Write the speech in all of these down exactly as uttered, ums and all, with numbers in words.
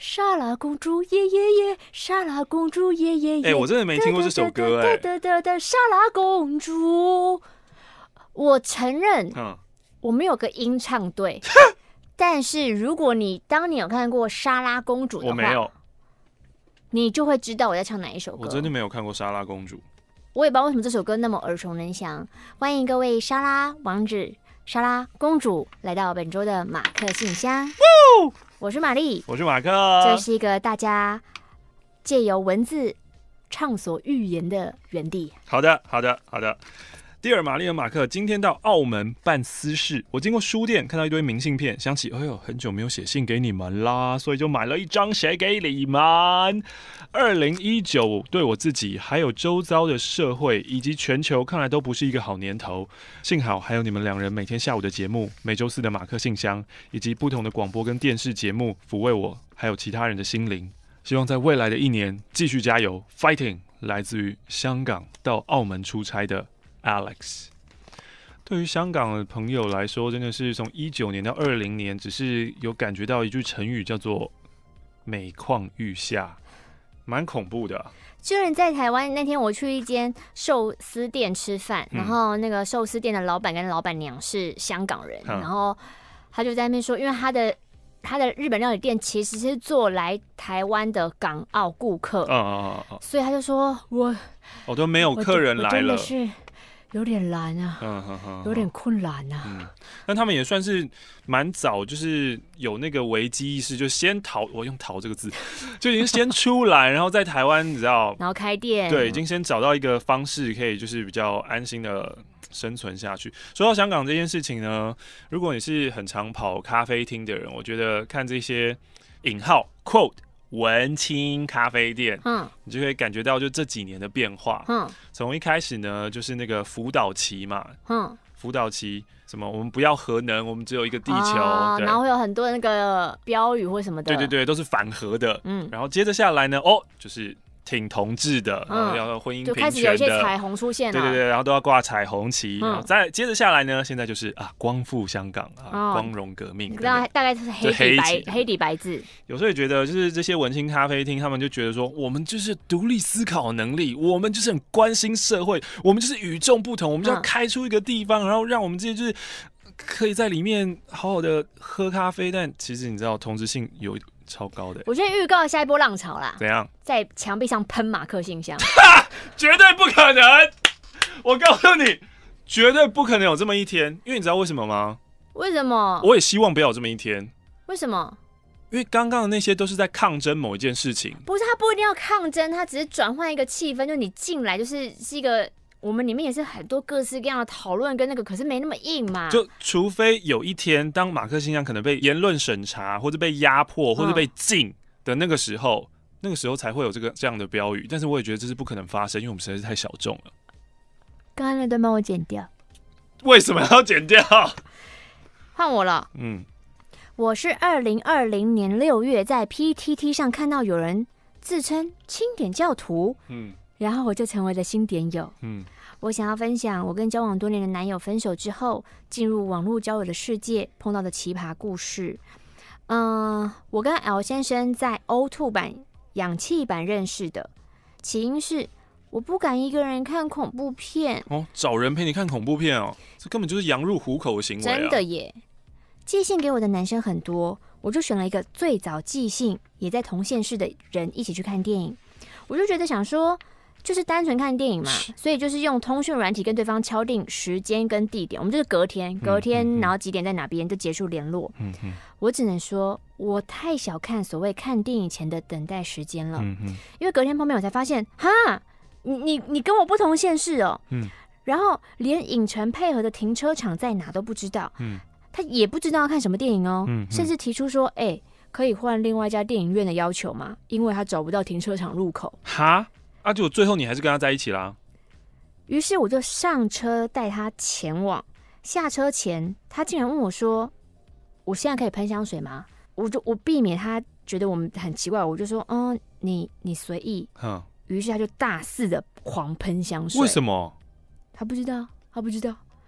莎拉公主耶耶耶，莎拉公主耶耶耶。 哎、欸，我真的没听过这首歌哎、 欸。莎拉公主，我承认，嗯，我们有个音唱队，但是如果你当你有看过莎拉公主的话， 我没有， 你就会知道我在唱哪一首歌。 我真的没有看过莎拉公主， 我也不知道为什么这首歌那么耳熟能详。欢迎各位莎拉王子、莎拉公主来到本周的马克信箱。我是玛丽， 我是马克。 这是一个大家借由文字畅所欲言的园地。 好的，好的，好的。第二，玛丽和马克今天到澳门办私事，我经过书店看到一堆明信片，想起哎呦很久没有写信给你们啦，所以就买了一张写给你们。二零一九对我自己还有周遭的社会以及全球看来都不是一个好年头，幸好还有你们两人每天下午的节目，每周四的马克信箱，以及不同的广播跟电视节目抚慰我还有其他人的心灵。希望在未来的一年继续加油 ，fighting！ 来自于香港到澳门出差的Alex。 对于香港的朋友来说，真的是从一九年到二零年，只是有感觉到一句成语叫做每况愈下，蛮恐怖的、啊。 就是在台湾那天，我去一间寿司店吃饭、嗯，然后那个寿司店的老板跟老板娘是香港人、嗯，然后他就在那边说，因为他的他的日本料理店其实是做来台湾的港澳顾客，嗯嗯嗯，所以他就说我我都没有客人来了， 我真的是有点难啊，嗯嗯嗯，有点困难啊。 嗯，但他们也算是蛮早，就是有那个危机意识，就先逃，我用逃这个字，就已经先出来，然后在台湾你知道， 然后开店， 对，已经先找到一个方式，可以就是比较安心的生存下去。说到香港这件事情呢，如果你是很常跑咖啡厅的人，我觉得看这些引号 quote 文青咖啡店，嗯，你就可以感觉到就这几年的变化，嗯，从一开始呢就是那个福岛旗嘛，嗯，福岛旗什么我们不要核能，我们只有一个地球， 哦、然后会有很多那个标语或什么的， 对对对，都是反核的，嗯，然后接着下来呢，哦，就是挺同志的，然后要婚姻平权的，就开始有一些彩虹出现了， 对对对，然后都要挂彩虹旗，嗯、然后再接着下来呢，现在就是啊，光复香港啊，哦、光荣革命， 大大概是黑底白黑底白字。 有时候也觉得，就是这些文青咖啡厅，他们就觉得说，我们就是独立思考能力，我们就是很关心社会，我们就是与众不同，我们就要开出一个地方，嗯、然后让我们这些就是可以在里面好好的喝咖啡，但其实你知道，同质性有超高的。 我先预告下一波浪潮啦。 怎样？ 在墙壁上喷马克信箱？ 绝对不可能！我告诉你，绝对不可能有这么一天。因为你知道为什么吗？ 为什么？ 我也希望不要有这么一天。 为什么？ 因为刚刚的那些都是在抗争某一件事情。 不是，他不一定要抗争，他只是转换一个气氛。就你进来，就是是一个。我们里面也是很多各式各样的讨论跟那个，可是没那么硬嘛。 就除非有一天，当马克信箱可能被言论审查，或者被压迫，或者被禁的那个时候，嗯、那个时候才会有这个这样的标语。但是我也觉得这是不可能发生，因为我们实在是太小众了。 刚刚那段帮我剪掉。 为什么要剪掉？ 换我了。嗯，我是二零二零年六月在 P T T 上看到有人自称清点教徒。嗯。然后我就成为了新点友。嗯，我想要分享我跟交往多年的男友分手之后，进入网络交友的世界碰到的奇葩故事。嗯、呃，我跟 L 先生在 O 二 版氧气版认识的，起因是我不敢一个人看恐怖片。 哦，找人陪你看恐怖片哦，这根本就是羊入虎口的行为啊！ 真的耶。寄信给我的男生很多，我就选了一个最早寄信也在同县市的人一起去看电影。我就觉得想说。就是单纯看电影嘛，所以就是用通讯软体跟对方敲定时间跟地点，我们就是隔天，隔天，嗯嗯嗯、然后几点在哪边就结束联络。嗯嗯、我只能说，我太小看所谓看电影前的等待时间了，嗯嗯、因为隔天碰面我才发现，哈，你你你跟我不同县市哦，嗯、然后连影城配合的停车场在哪都不知道，嗯、他也不知道要看什么电影哦，嗯嗯、甚至提出说，哎、欸，可以换另外一家电影院的要求吗？因为他找不到停车场入口。 哈？啊！就最后你还是跟他在一起啦。 于是我就上车带他前往，下车前他竟然问我说：“我现在可以喷香水吗？”我就我避免他觉得我们很奇怪，我就说：“嗯，你你随意。”于是他就大肆的狂喷香水。 为什么？ 他不知道，他不知道。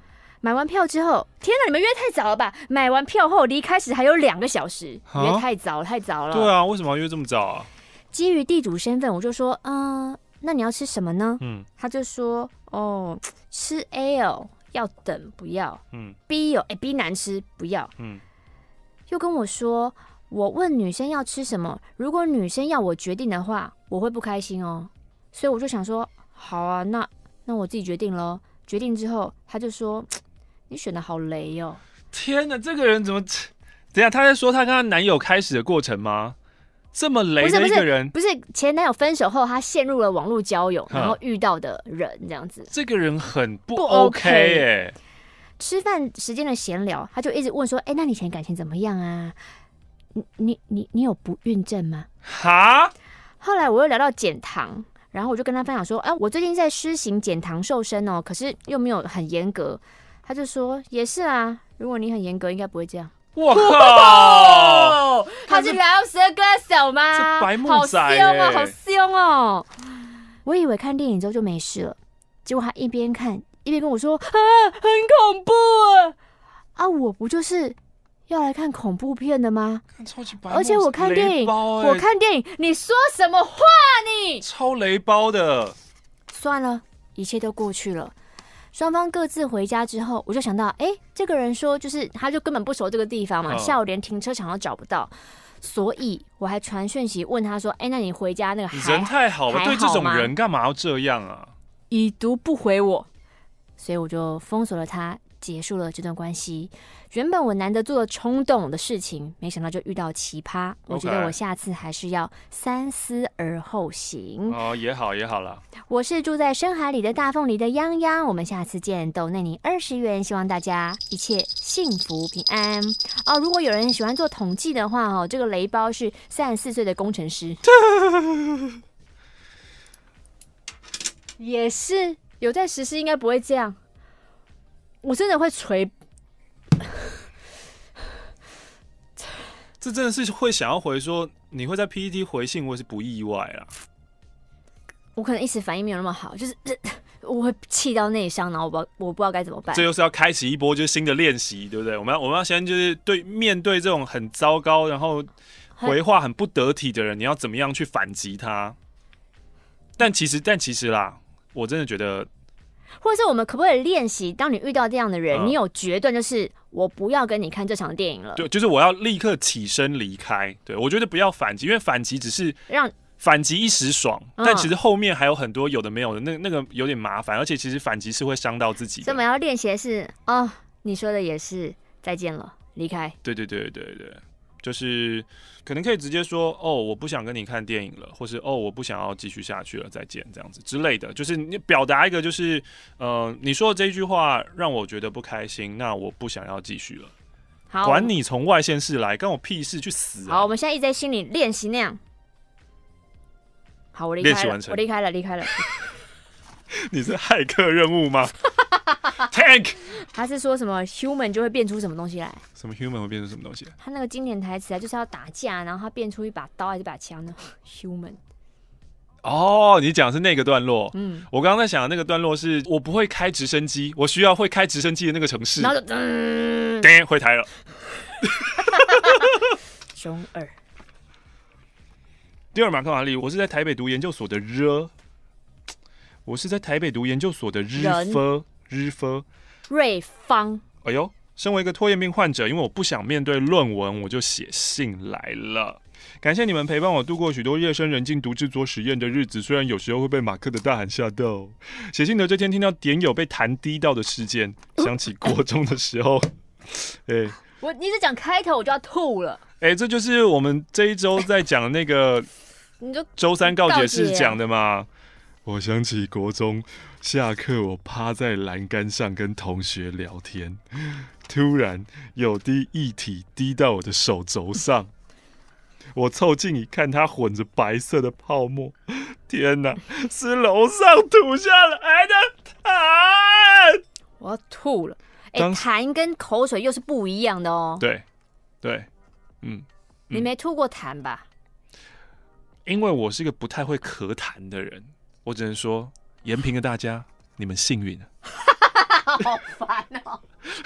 买完票之后，天哪，你们约太早了吧？买完票后离开时还有两个小时，约太早了，太早了。 对啊，为什么要约这么早啊？ 基于地主身份，我就说，嗯、呃，那你要吃什么呢？ 嗯， 他就说，哦，吃 A 哦，要等不要。 嗯 B 哦，哎、欸、B 难吃，不要。 嗯， 又跟我说，我问女生要吃什么，如果女生要我决定的话，我会不开心哦。所以我就想说，好啊，那那我自己决定咯。决定之后，他就说，你选的好雷哦。 天哪，这个人怎么？等一下，他在说他跟他男友开始的过程吗？这么雷的一个人， 不是, 不是, 不是前男友分手后，他陷入了网络交友，然后遇到的人这样子。 这个人很不 OK 哎、欸。 吃饭时间的闲聊，他就一直问说：“哎、欸，那你以前感情怎么样啊？你你你你有不孕症吗？” 哈。 后来我又聊到减糖，然后我就跟他分享说：“哎、啊，我最近在施行减糖瘦身哦，可是又没有很严格。”他就说：“也是啊，如果你很严格，应该不会这样。” 我靠！ 他是饶舌歌手吗？ 这白目仔、欸， 好凶哦，好凶哦！我以为看电影之后就没事了，结果他一边看一边跟我说：“啊，很恐怖啊！”啊，我不就是要来看恐怖片的吗？ 超级白目， 而且我看电影， 欸、 我看电影，你说什么话你？ 超雷包的。 算了，一切都过去了。双方各自回家之后，我就想到，哎、欸，这个人说，就是他就根本不熟这个地方嘛，哦、下午连停车场都找不到，所以我还传讯息问他说，哎、欸，那你回家那个还人太好了，对这种人干嘛要这样啊？ 已读不回我，所以我就封锁了他，结束了这段关系。原本我难得做了冲动的事情，没想到就遇到奇葩。我觉得我下次还是要三思而后行。 哦，也好也好啦。 我是住在深海里的大凤梨的泱泱，我们下次见。抖内你二十元，希望大家一切幸福平安哦。如果有人喜欢做统计的话，哦，这个雷包是三十四岁的工程师，也是有在实施，应该不会这样。我真的会捶。 这真的是会想要回说，你会在 P T T 回信，我也是不意外啦。 我可能一时反应没有那么好，就是我会气到内伤，然后我不知道我不知道该怎么办。 这又是要开启一波就是新的练习，对不对？我们要我们要先就是对面对这种很糟糕，然后回话很不得体的人，你要怎么样去反击他？但其实但其实啦，我真的觉得。 或者是我们可不可以练习？当你遇到这样的人，嗯、你有决断，就是我不要跟你看这场电影了。 对，就是我要立刻起身离开。对，我觉得不要反击，因为反击只是让反击一时爽，嗯、但其实后面还有很多有的没有的，那那个有点麻烦，而且其实反击是会伤到自己的。 所以我们要练习的是哦，你说的也是，再见了，离开。 对对对对对，就是可能可以直接说哦，我不想跟你看电影了，或是哦，我不想要继续下去了，再见这样子之类的。就是你表达一个，就是呃，你说的这句话让我觉得不开心，那我不想要继续了。 好， 管你从外县市来，关我屁事，去死啊！ 好，我们现在一直在心里练习那样。好，我离开了，练习完成，我离开了，离开了。 你是骇客任务吗？Tank， 他是说什么 human 就会变出什么东西来？ 什么 human 会变出什么东西来？ 他那个经典台词啊，就是要打架，然后他变出一把刀还是一把枪呢 ？human。 哦，你讲的是那个段落。 嗯， 我刚刚在想的那个段落是，我不会开直升机，我需要会开直升机的那个城市。 然后就嗯， 噔，回台了。 中二。 第二马克玛丽，我是在台北读研究所的热。我是在台北读研究所的日科日科瑞芳。 哎呦，身为一个拖延病患者，因为我不想面对论文，我就写信来了。感谢你们陪伴我度过许多夜深人静独自做实验的日子，虽然有时候会被马克的大喊吓到。写信的这天听到点友被弹低到的事件，想起国中的时候，哎、欸， 我你只讲开头我就要吐了。 哎、欸，这就是我们这一周在讲那个， 你就周三告解室讲的嘛。我想起国中下课，我趴在栏杆上跟同学聊天，突然有滴液体滴到我的手肘上，我凑近一看，它混着白色的泡沫，天哪，是楼上吐下来的痰！ 我要吐了。哎、欸，痰跟口水又是不一样的哦。 对，对，嗯， 你没吐过痰吧？ 因为我是一个不太会咳痰的人。我只能说，延平的大家，你们幸运了。 好烦哦。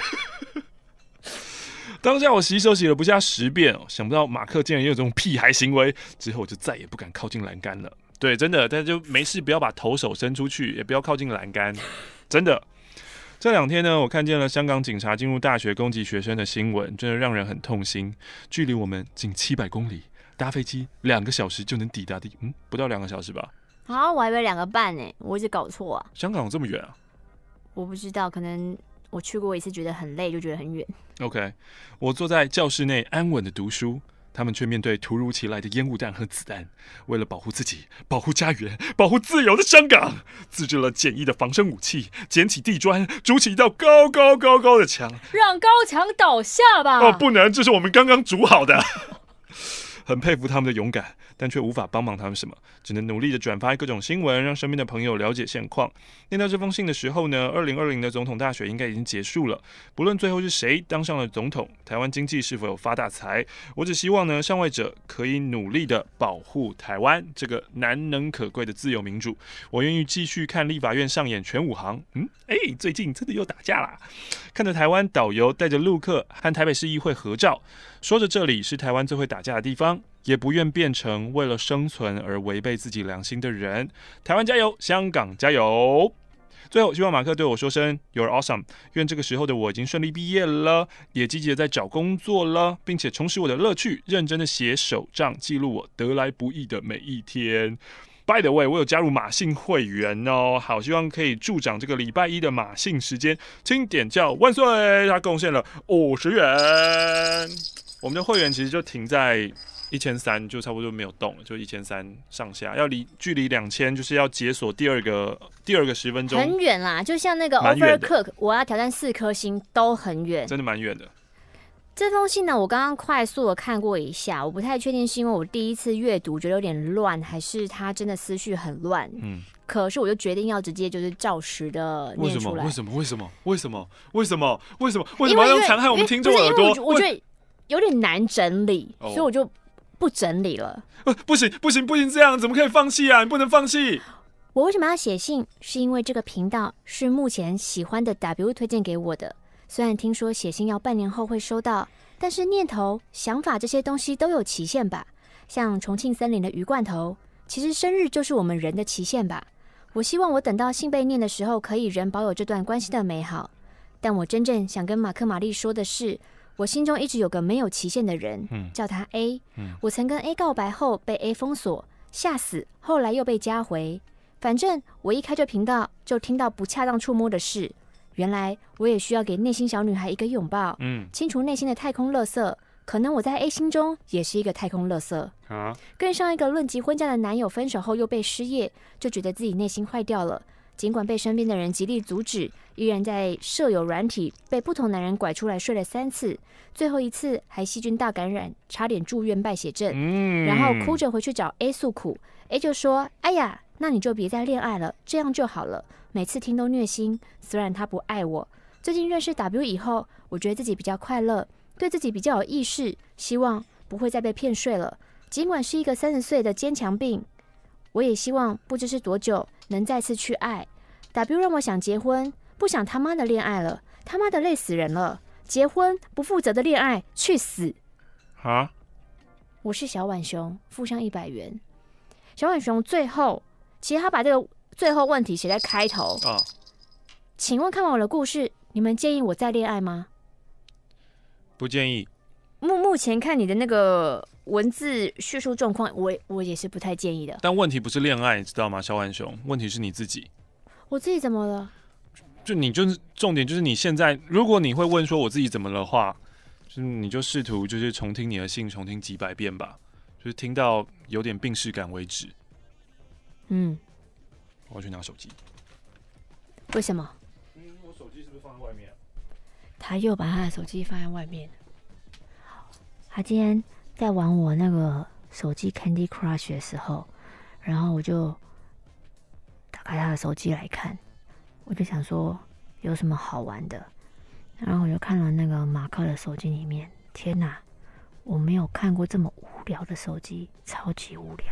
当下我洗手洗了不下十遍哦，想不到马克竟然也有这种屁孩行为，之后我就再也不敢靠近栏杆了。对，真的，但就没事，不要把头手伸出去，也不要靠近栏杆，真的。这两天呢，我看见了香港警察进入大学攻击学生的新闻，真的让人很痛心。距离我们仅七百公里，搭飞机两个小时就能抵达的，嗯，不到两个小时吧？ 啊，我还以为两个半呢，我一直搞错啊。 香港有这么远啊？ 我不知道，可能我去过一次，觉得很累，就觉得很远。 OK， 我坐在教室内安稳的读书。他们却面对突如其来的烟雾弹和子弹，为了保护自己、保护家园、保护自由的香港，自制了简易的防身武器，捡起地砖，筑起一道高高高高的墙， 让高墙倒下吧！ 哦，不能，这是我们刚刚筑好的。很佩服他们的勇敢，但却无法帮忙他们什么，只能努力的转发各种新闻，让身边的朋友了解现况。念到这封信的时候呢，二零二零的总统大选应该已经结束了。不论最后是谁当上了总统，台湾经济是否有发大财，我只希望呢，上位者可以努力的保护台湾这个难能可贵的自由民主。我愿意继续看立法院上演全武行。嗯，哎，最近真的又打架啦！看着台湾导游带着陆客和台北市议会合照，说着这里是台湾最会打架的地方。也不愿变成为了生存而违背自己良心的人。台湾加油，香港加油！最后，希望马克对我说声 "You're awesome"。愿这个时候的我已经顺利毕业了，也积极的在找工作了，并且重拾我的乐趣，认真的写手账，记录我得来不易的每一天。By the way， 我有加入马信会员哦，好，希望可以助长这个礼拜一的马信时间。请点叫万岁！他贡献了五十元。我们的会员其实就停在一千三，就差不多没有动了，就一千三上下，要离距离两千，就是要解锁第二个第二个十分钟， 很远啦，就像那个 Overcook， 我要挑战四颗星都很远， 真的蛮远的。 这封信呢，我刚刚快速的看过一下，我不太确定是因为我第一次阅读觉得有点乱，还是他真的思绪很乱。嗯，可是我就决定要直接就是照实的念出来。 为什么？为什么？为什么？为什么？为什么？为什么要用残害我们听众耳朵？ 我觉得有点难整理，所以我就不整理了。 呃，不行，不行，不行，这样怎么可以放弃啊？你不能放弃。 我为什么要写信？是因为这个频道是目前喜欢的 W 推荐给我的。虽然听说写信要半年后会收到，但是念头、想法这些东西都有期限吧？像重庆森林的鱼罐头，其实生日就是我们人的期限吧？我希望我等到信被念的时候，可以仍保有这段关系的美好。但我真正想跟马克·玛丽说的是，我心中一直有个没有期限的人，嗯、叫他 A、嗯。我曾跟 A 告白后被 A 封锁，吓死，后来又被加回。反正我一开这频道就听到不恰当触摸的事。原来我也需要给内心小女孩一个拥抱，嗯，清除内心的太空垃圾。可能我在 A 心中也是一个太空垃圾啊。跟上一个论及婚嫁的男友分手后又被失业，就觉得自己内心坏掉了。尽管被身边的人极力阻止，依然在舍友软体被不同男人拐出来睡了三次，最后一次还细菌大感染，差点住院败血症。嗯，然后哭着回去找 A 诉苦 ，A 就说：“哎呀，那你就别再恋爱了，这样就好了。”每次听都虐心，虽然他不爱我。最近认识 W 以后，我觉得自己比较快乐，对自己比较有意识，希望不会再被骗睡了。尽管是一个三十岁的坚强病，我也希望不知是多久能再次去爱。W 让我想结婚，不想他妈的恋爱了，他妈的累死人了！结婚不负责的恋爱，去死！啊！我是小浣熊，附上一百元。小浣熊最后，其实他把这个最后问题写在开头啊。请问看完我的故事，你们建议我再恋爱吗？ 不建议。 目目前看你的那个文字叙述状况，我我也是不太建议的。 但问题不是恋爱，你知道吗，小浣熊？问题是你自己。 我自己怎么了？ 就你就是重点就是你现在，如果你会问说我自己怎么了的话，就是你就试图就是重听你的信，重听几百遍吧，就是听到有点病识感为止。嗯。我要去拿手机。 为什么？ 嗯，我手机是不是放在外面啊？ 他又把他的手机放在外面。他今天在玩我那个手机 Candy Crush 的时候，然后我就打开他的手机来看，我就想说有什么好玩的，然后我就看了那个马克的手机里面，天哪，我没有看过这么无聊的手机，超级无聊。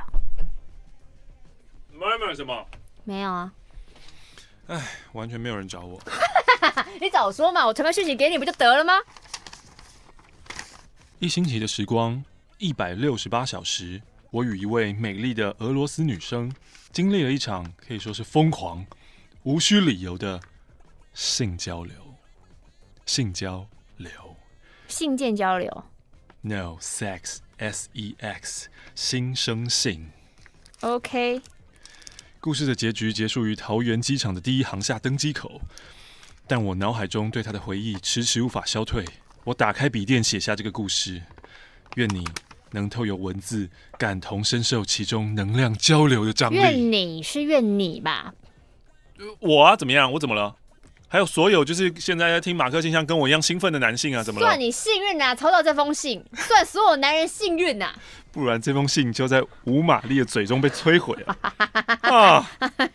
murmur 什么？ 没有啊。 哎，完全没有人找我。 你早说嘛，我传个讯息给你不就得了吗？ 一星期的时光，一百六十八小时，我与一位美丽的俄罗斯女生经历了一场可以说是疯狂、无需理由的性交流。性交流。 信件交流。 No sex, S E X， 新生性。 OK。 故事的结局结束于桃园机场的第一航厦登机口，但我脑海中对他的回忆迟迟无法消退。我打开笔电写下这个故事，愿你能透过文字感同身受其中能量交流的张力。 愿你是愿你吧？ 我啊，怎么样？我怎么了？还有所有就是现在在听马克信箱跟我一样兴奋的男性啊，怎么了？ 算你幸运啊，抽到这封信，算所有男人幸运啊。 不然这封信就在吴玛丽的嘴中被摧毁了。啊！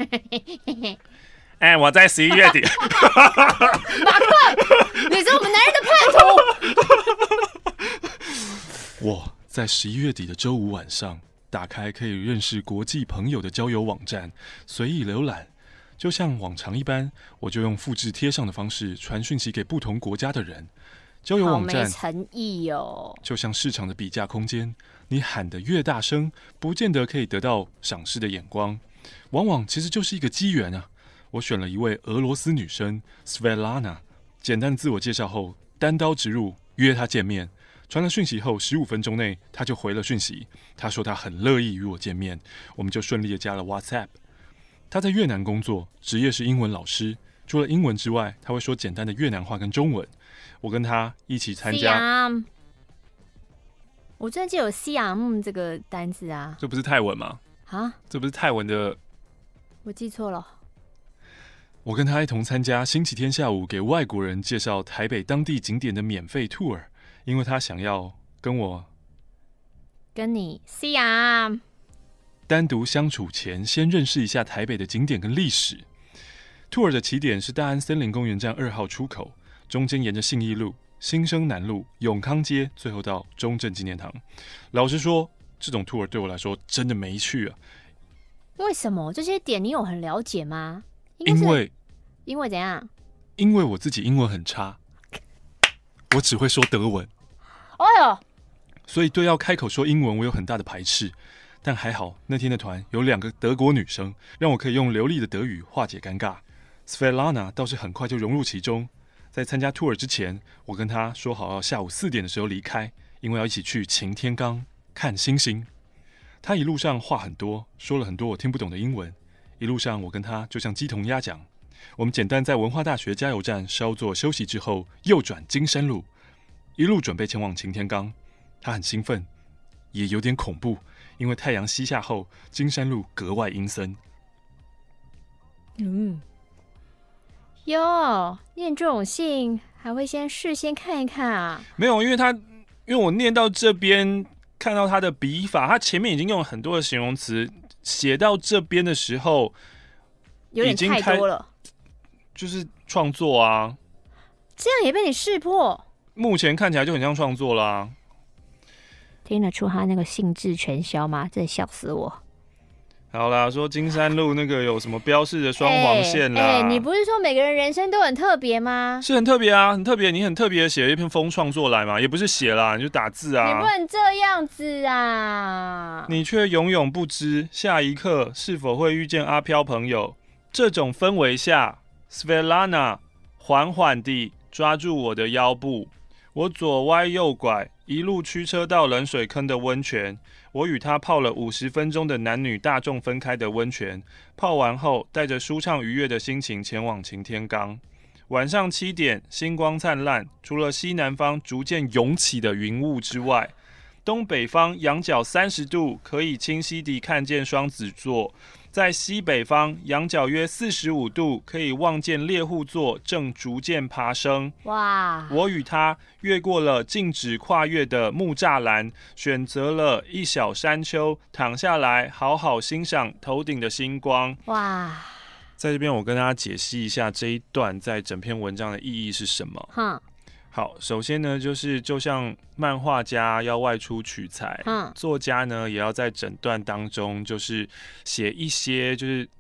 哎，我在十一月底。 马克，你是我们男人的叛徒。 我在十一月底的周五晚上，打开可以认识国际朋友的交友网站，随意浏览。就像往常一般，我就用复制贴上的方式传讯息给不同国家的人。交友网站好没诚意哦， 就像市场的比价空间，你喊得越大声，不见得可以得到赏识的眼光，往往其实就是一个机缘啊。我选了一位俄罗斯女生 Svetlana， 简单的自我介绍后，单刀直入约她见面。传了讯息后，十五分钟内她就回了讯息，她说她很乐意与我见面，我们就顺利的加了 WhatsApp。她在越南工作，职业是英文老师。除了英文之外，她会说简单的越南话跟中文。我跟她一起参加。 我真的记得有 C R M 这个单字啊， 这不是泰文吗？ 啊， 这不是泰文的。 我记错了。 我跟她一同参加星期天下午给外国人介绍台北当地景点的免费 tour， 因为她想要跟我跟你 C R M。 单独相处前，先认识一下台北的景点跟历史。tour 的起点是大安森林公园站二号出口，中间沿着信义路、新生南路、永康街，最后到中正纪念堂。老实说，这种 tour 对我来说真的没趣啊。 为什么？这些点你有很了解吗？ 因为因为怎样？ 因为我自己英文很差，我只会说德文。 哎呦， 所以对要开口说英文，我有很大的排斥。但还好，那天的团有两个德国女生，让我可以用流利的德语化解尴尬。Svetlana 倒是很快就融入其中。在参加 tour 之前，我跟她说好要下午四点的时候离开，因为要一起去擎天岗看星星。她一路上话很多，说了很多我听不懂的英文。一路上我跟她就像鸡同鸭讲。我们简单在文化大学加油站稍作休息之后，右转金山路，一路准备前往擎天岗。她很兴奋，也有点恐怖。因为太阳西下后，金山路格外阴森。 嗯，哟，念这种信还会先事先看一看啊？ 没有，因为他，因为我念到这边，看到他的笔法，他前面已经用了很多的形容词，写到这边的时候， 有点太多了， 就是创作啊。 这样也被你识破？ 目前看起来就很像创作啦、啊。 听得出他那个兴致全消吗？真的笑死我！ 好啦，说金山路那个有什么标示的双黄线啦？ 哎、欸欸，你不是说每个人人生都很特别吗？ 是很特别啊，很特别。你很特别的写了一篇风创作来嘛，也不是写啦，你就打字啊。 你不能这样子啊！ 你却永永不知下一刻是否会遇见阿飘朋友。这种氛围下 ，Svetlana 缓缓地抓住我的腰部，我左歪右拐。一路驱车到冷水坑的温泉，我与他泡了五十分钟的男女大众分开的温泉。泡完后，带着舒畅愉悦的心情前往擎天岗。晚上七点，星光灿烂，除了西南方逐渐涌起的云雾之外，东北方仰角三十度，可以清晰地看见双子座。在西北方仰角约四十五度，可以望见猎户座正逐渐爬升。 哇！ 我与他越过了禁止跨越的木栅栏，选择了一小山丘，躺下来好好欣赏头顶的星光。 哇！ 在这边我跟大家解析一下这一段在整篇文章的意义是什么。 哼。 好，首先呢，就是就像漫画家要外出取材， 嗯， 作家呢也要在整段当中就是写一些就是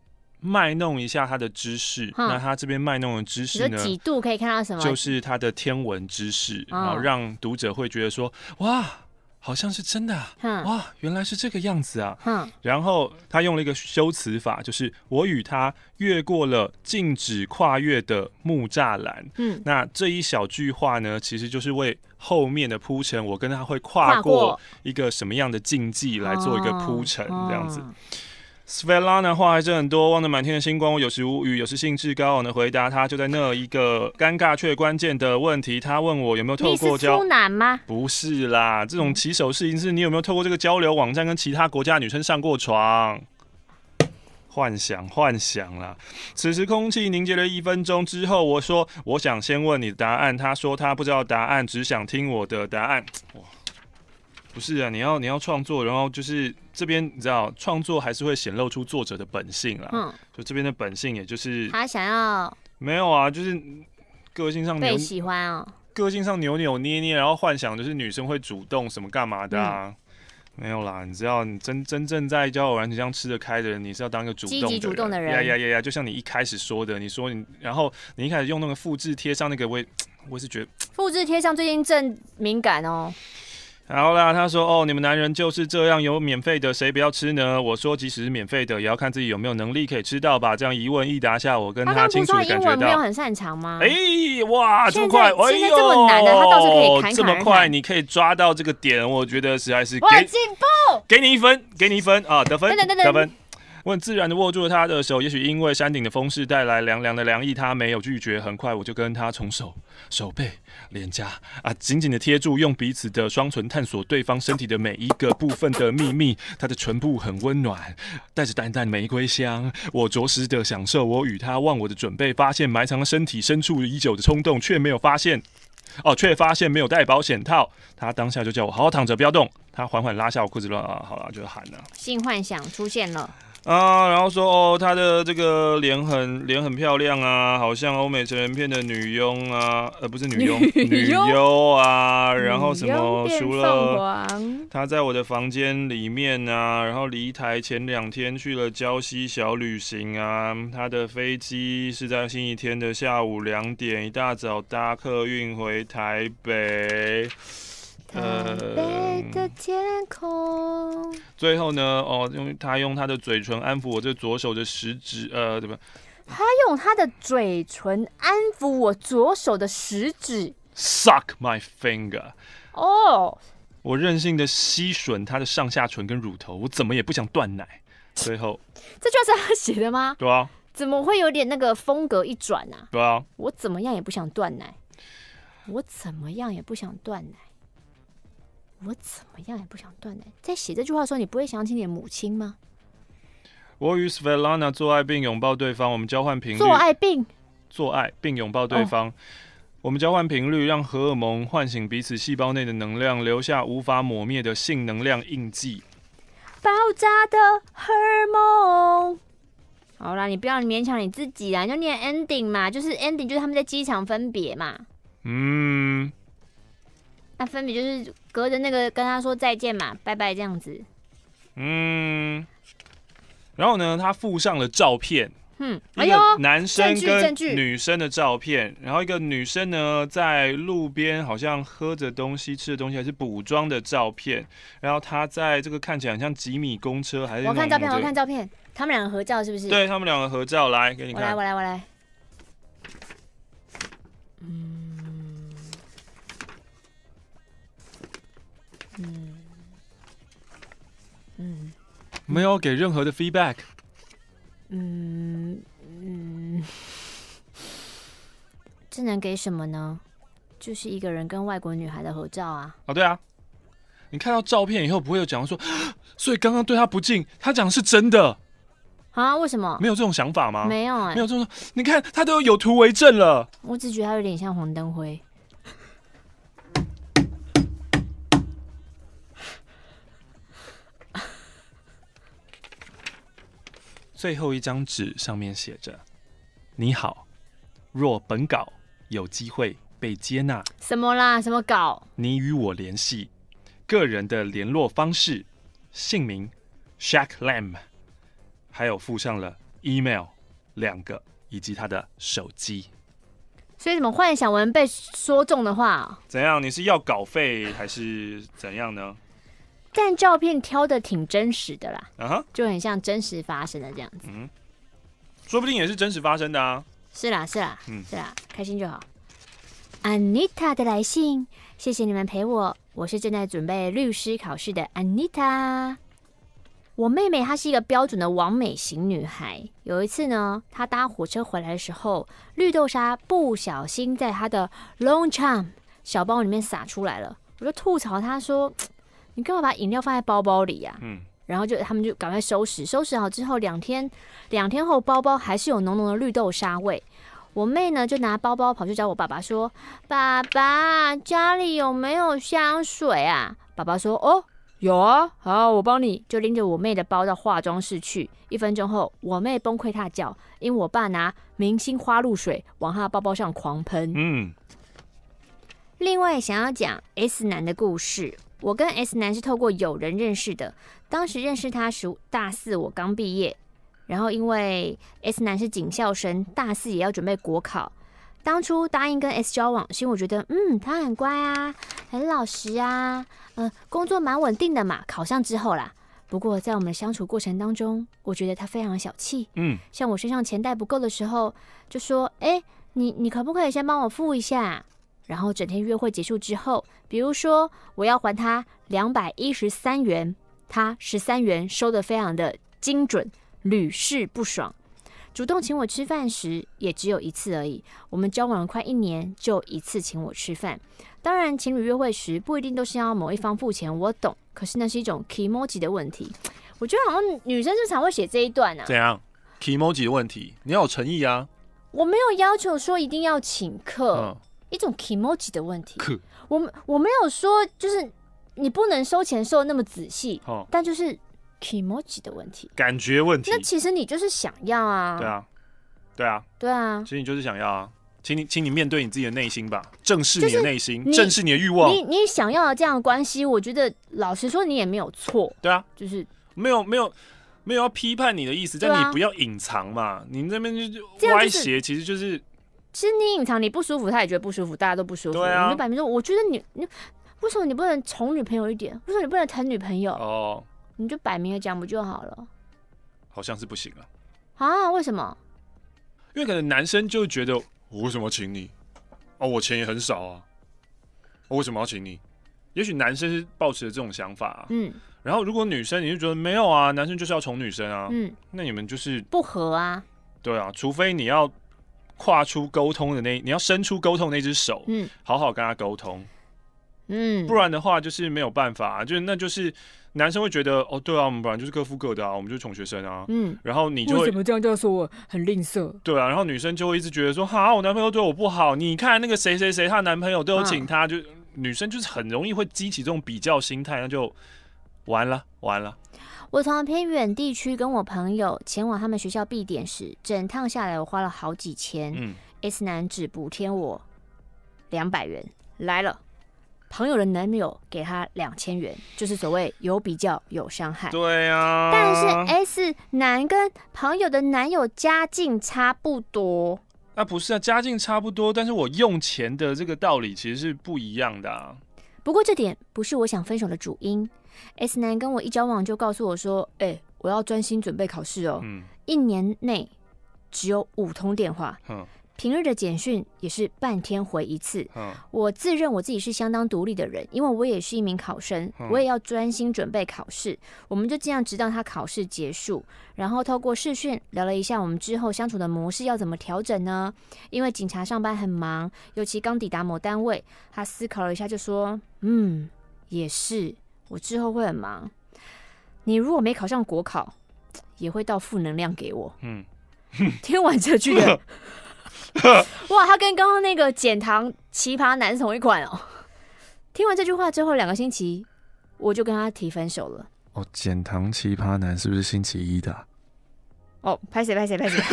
卖弄一下他的知识。那他这边卖弄的知识呢， 几度可以看到什么？ 就是他的天文知识，然后让读者会觉得说，哇，好像是真的啊，哇，原来是这个样子啊。然后他用了一个修辞法，就是我与他越过了禁止跨越的木栅栏。嗯，那这一小句话呢，其实就是为后面的铺陈，我跟他会跨过一个什么样的禁忌来做一个铺陈，这样子。哦哦Svetlana 话还是很多，望着满天的星光，我有时无语，有时兴致高昂的回答他。就在那一个尴尬却关键的问题，他问我有没有透过交， 你是处男吗？ 不是啦，这种起手式是你有没有透过这个交流网站跟其他国家女生上过床？幻想幻想啦！此时空气凝结了一分钟之后，我说我想先问你的答案，他说他不知道答案，只想听我的答案。哇！不是啊，你要你要创作，然后就是这边你知道，创作还是会显露出作者的本性啦。嗯，就这边的本性，也就是他想要没有啊，就是个性上被喜欢哦， 个性上扭扭捏捏，然后幻想就是女生会主动什么干嘛的啊。嗯，没有啦，你知道，你真真正在交友软件上吃得开的人，你是要当一个主动的人， 积极主动的人。 呀呀呀呀！就像你一开始说的，你说你，然后你一开始用那个复制贴上那个，我也我也是觉得复制贴上最近正敏感哦。 好啦，他说哦，你们男人就是这样，有免费的谁不要吃呢？我说即使是免费的，也要看自己有没有能力可以吃到吧。这样一问一答下，我跟他清楚的感觉到。他刚不是说英文没有很擅长吗？ 哎、欸，哇，这么快！ 现在这么难的，他倒是可以侃侃而谈。 这么快，你可以抓到这个点，我觉得实在是给我进步， 给你一分，给你一分啊，得分， 等等等等得分。我很自然的握住了他的手，也许因为山顶的风势带来凉凉的凉意，他没有拒绝。很快我就跟他从手、手背、脸颊啊紧紧的贴住，用彼此的双唇探索对方身体的每一个部分的秘密。他的唇部很温暖，带着淡淡玫瑰香。我着实的享受我与他忘我的准备，发现埋藏了身体深处已久的冲动，却没有发现。哦，却发现没有带保险套。他当下就叫我好好躺着，不要动。他缓缓拉下我裤子了，啊，好了，就喊了。 性幻想出现了。 啊，然后说哦，她的这个脸很脸很漂亮啊，好像欧美成人片的女佣啊，呃，不是女佣，女优啊。然后什么？除了她在我的房间里面啊，然后离台前两天去了礁溪小旅行啊。她的飞机是在星期天的下午两点，一大早搭客运回台北。 台北的天空。 最后呢，哦，用他用他的嘴唇安抚我这左手的食指，呃，对吧？ 他用他的嘴唇安抚我左手的食指。 Suck my finger。 哦。 我任性的吸吮他的上下唇跟乳头，我怎么也不想断奶。最后， 这句话是他写的吗？ 对啊。 怎么会有点那个风格一转啊？ 对啊。 我怎么样也不想断奶。我怎么样也不想断奶。我怎么样也不想断奶。在写这句话的时候，你不会想起你的母亲吗？ 我与 Svetlana 做爱并拥抱对方，我们交换频率。 做爱并做爱并拥抱对方，哦、我们交换频率，让荷尔蒙唤醒彼此细胞内的能量，留下无法抹灭的性能量印记。 爆炸的荷尔蒙。好啦，你不要勉强你自己啦，你就念 ending 嘛，就是 ending 就是他们在机场分别嘛。嗯。那分别就是隔着那个跟他说再见嘛，拜拜这样子。嗯， 然后呢，他附上了照片，嗯，一个男生跟女生的照片，然后一个女生呢在路边好像喝着东西、吃的东西，还是补妆的照片。然后他在这个看起来很像几米公车，还是我看照片，我看照片，他们两个合照是不是？ 对他们两个合照，来给你看， 我来，我来，我来。嗯。嗯嗯，没有给任何的 feedback。 嗯嗯，这能给什么呢？就是一个人跟外国女孩的合照啊。 哦，对啊，你看到照片以后不会有讲说，所以刚刚对他不敬，他讲的是真的啊？为什么？ 没有这种想法吗？ 没有哎、欸， 没有这种。你看他都有图为证了。 我只觉得他有点像黄登辉。 最后一张纸上面写着：“你好，若本稿有机会被接纳， 什么啦？什么稿？ 你与我联系，个人的联络方式、姓名 Shaq Lamb， 还有附上了 email 两个，以及他的手机。 所以怎么幻想文被说中的话、哦， 怎样？你是要稿费还是怎样呢？ 但照片挑的挺真实的啦， 啊哈， 就很像真实发生的这样子。 嗯，说不定也是真实发生的啊。 是啦，是啦， 嗯是啦，开心就好。Anita 的来信，谢谢你们陪我，我是正在准备律师考试的 Anita。我妹妹她是一个标准的完美型女孩。有一次呢，她搭火车回来的时候，绿豆沙不小心在她的 Long Charm 小包里面洒出来了。我就吐槽她说：“你干嘛把饮料放在包包里呀、啊？”嗯，然后就他们就赶快收拾，收拾好之后，两天两天后，包包还是有浓浓的绿豆沙味。我妹呢就拿包包跑去找我爸爸说：“爸爸，家里有没有香水啊？”爸爸说：“哦。”有啊，好，我帮你。就拎着我妹的包到化妆室去。一分钟后，我妹崩溃大叫，因为我爸拿明星花露水往她的包包上狂喷。嗯。另外，想要讲 S 男的故事。我跟 S 男是透过友人认识的，当时认识他时大四，我刚毕业。然后因为 S 男是警校生，大四也要准备国考。当初答应跟 S 交往，是因为我觉得，嗯，他很乖啊，很老实啊，呃，工作蛮稳定的嘛。考上之后啦，不过在我们的相处过程当中，我觉得他非常小气。嗯，像我身上钱袋不够的时候，就说，哎，你你可不可以先帮我付一下？然后整天约会结束之后，比如说我要还他两百一十三元，他十三元收得非常的精准，屡试不爽。主动请我吃饭时也只有一次而已，我们交往了快一年就一次请我吃饭。当然情侣约会时不一定都是要某一方付钱，我懂，可是那是一种 kimoji 的问题。我觉得好像女生就常会写这一段啊。 怎样 kimoji 的问题？你要有诚意啊。 我没有要求说一定要请客、嗯、一种 kimoji 的问题。我我没有说就是你不能收钱收的那么仔细、哦、但就是kimoji 的问题， 感觉问题。 那其实你就是想要啊。 对啊，对啊， 对啊。 其实你就是想要啊，请你，请你面对你自己的内心吧，正视你的内心，正视你的欲望。 你你想要的这样的关系，我觉得老实说你也没有错。 对啊， 就是没有没有没有要批判你的意思，但你不要隐藏嘛。你那边就歪斜，其实就是。 其实你隐藏你不舒服，他也觉得不舒服，大家都不舒服。 对啊。 你就摆明说，我觉得你你为什么你不能宠女朋友一点？为什么你不能疼女朋友？哦。你就摆明了讲不就好了？ 好像是不行啊！ 啊？为什么？ 因为可能男生就觉得我为什么要请你？哦，我钱也很少啊，我为什么要请你？也许男生是抱持着这种想法、啊，嗯。然后如果女生你就觉得没有啊，男生就是要宠女生啊，嗯，那你们就是不合啊。对啊，除非你要跨出沟通的那，你要伸出沟通的那只手，嗯，好好跟他沟通，嗯，不然的话就是没有办法、啊，就是那就是。男生会觉得哦，对啊，我们本来就是各付各的啊，我们就是穷学生啊。嗯，然后你就会为什么这样就要说我很吝啬？ 对啊，然后女生就会一直觉得说，哈，我男朋友对我不好，你看那个谁谁谁，她男朋友都有请她，啊、就女生就是很容易会激起这种比较心态，那就完了完了。 我从偏远地区跟我朋友前往他们学校必点时，整趟下来我花了好几千。嗯 ，S 男只补贴我两百元，来了。朋友的男友给他两千元，就是所谓有比较有伤害。 对啊， 但是 S 男跟朋友的男友家境差不多。 啊，不是啊，家境差不多，但是我用钱的这个道理其实是不一样的啊。 不过这点不是我想分手的主因。S 男跟我一交往就告诉我说：“哎、欸，我要专心准备考试哦，嗯、一年内只有五通电话。嗯”平日的简讯也是半天回一次。嗯、我自认我自己是相当独立的人，因为我也是一名考生，嗯、我也要专心准备考试。我们就这样直到他考试结束，然后透过视讯聊了一下我们之后相处的模式要怎么调整呢？因为警察上班很忙，尤其刚抵达某单位，他思考了一下就说：“嗯，也是，我之后会很忙。你如果没考上国考，也会倒负能量给我。”嗯，听完这句的。哇，他跟刚刚那个减糖奇葩男是同一款哦。听完这句话之后，两个星期我就跟他提分手了。 哦，减糖奇葩男是不是星期一的、啊？ 哦，拍谁拍谁拍谁，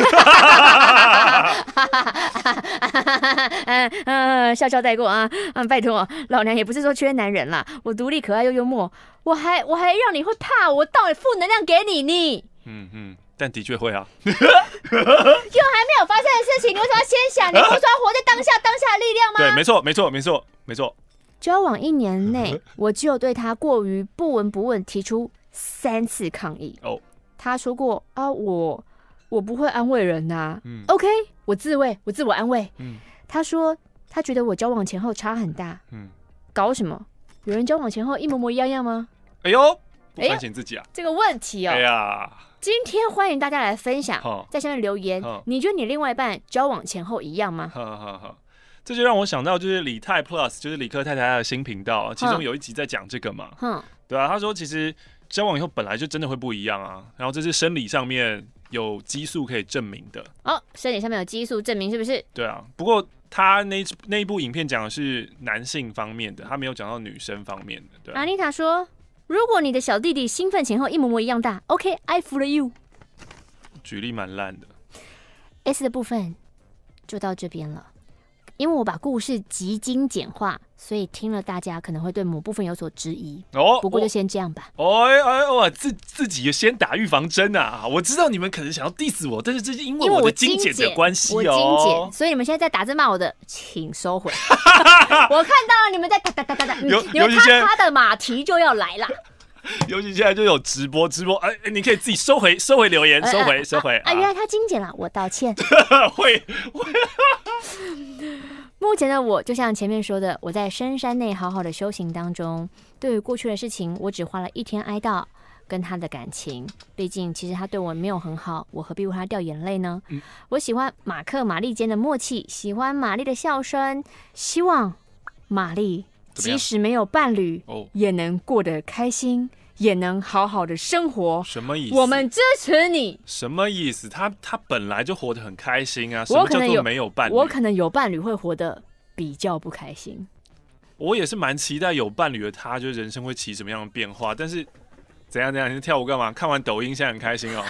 嗯嗯，笑笑带过啊，嗯，拜托，老娘也不是说缺男人啦，我独立可爱又幽默，我还我还让你会怕我，到底负能量给你呢？嗯嗯， 但的确会啊。 又还没有发生的事情，你为什么要先想？你不是说要活在当下，当下的力量吗？ 对，没错，没错，没错，没错。 交往一年内，我只有对他过于不闻不问提出三次抗议。哦，他说过啊，我我不会安慰人呐、啊。嗯 ，OK， 我自慰，我自我安慰。嗯，他说他觉得我交往前后差很大。嗯，搞什么？有人交往前后一模模一样样吗？ 哎呦，不反省自己啊！ 这个问题哦。哎呀。今天欢迎大家来分享，在下面留言，你觉得你另外一半交往前后一样吗？ 呵呵呵，这就让我想到，就是李太 Plus， 就是理科太太的新频道，其中有一集在讲这个嘛，对啊，他说其实交往以后本来就真的会不一样啊，然后这是生理上面有激素可以证明的。 哦，生理上面有激素证明是不是？ 对啊，不过他那那一部影片讲的是男性方面的，他没有讲到女生方面的。对、啊， 安妮塔说。如果你的小弟弟兴奋前后一模模一样大 ，OK，I fool you。 举例蛮烂的。 S 的部分就到这边了，因为我把故事极精简化，所以听了大家可能会对某部分有所质疑。哦，不过就先这样吧。 哦哎哎哦，自自己先打预防针啊！我知道你们可能想要 diss 我，但是这是因为我的精简的关系哦。 我精简，所以你们现在在打字骂我的，请收回。我看到了你们在哒哒哒哒哒，你们他他的马蹄就要来了。 尤其现在就有直播，直播哎、欸，你可以自己收回收回留言，收回收回。 啊，原来他精简了，我道歉。 会会。 目前的我，就像前面说的，我在深山内好好的修行当中，对于过去的事情，我只花了一天哀悼跟他的感情。毕竟，其实他对我没有很好，我何必为他掉眼泪呢？嗯、我喜欢马克玛丽间的默契，喜欢玛丽的笑声，希望玛丽即使没有伴侣，也能过得开心，也能好好的生活。 什么意思？ 我们支持你。 什么意思？他他本来就活得很开心啊。什么叫做没有伴侣？ 我可能有伴侣会活得比较不开心。 我也是蛮期待有伴侣的他，就人生会起什么样的变化。但是怎样怎样？你跳舞干嘛？看完抖音现在很开心哦。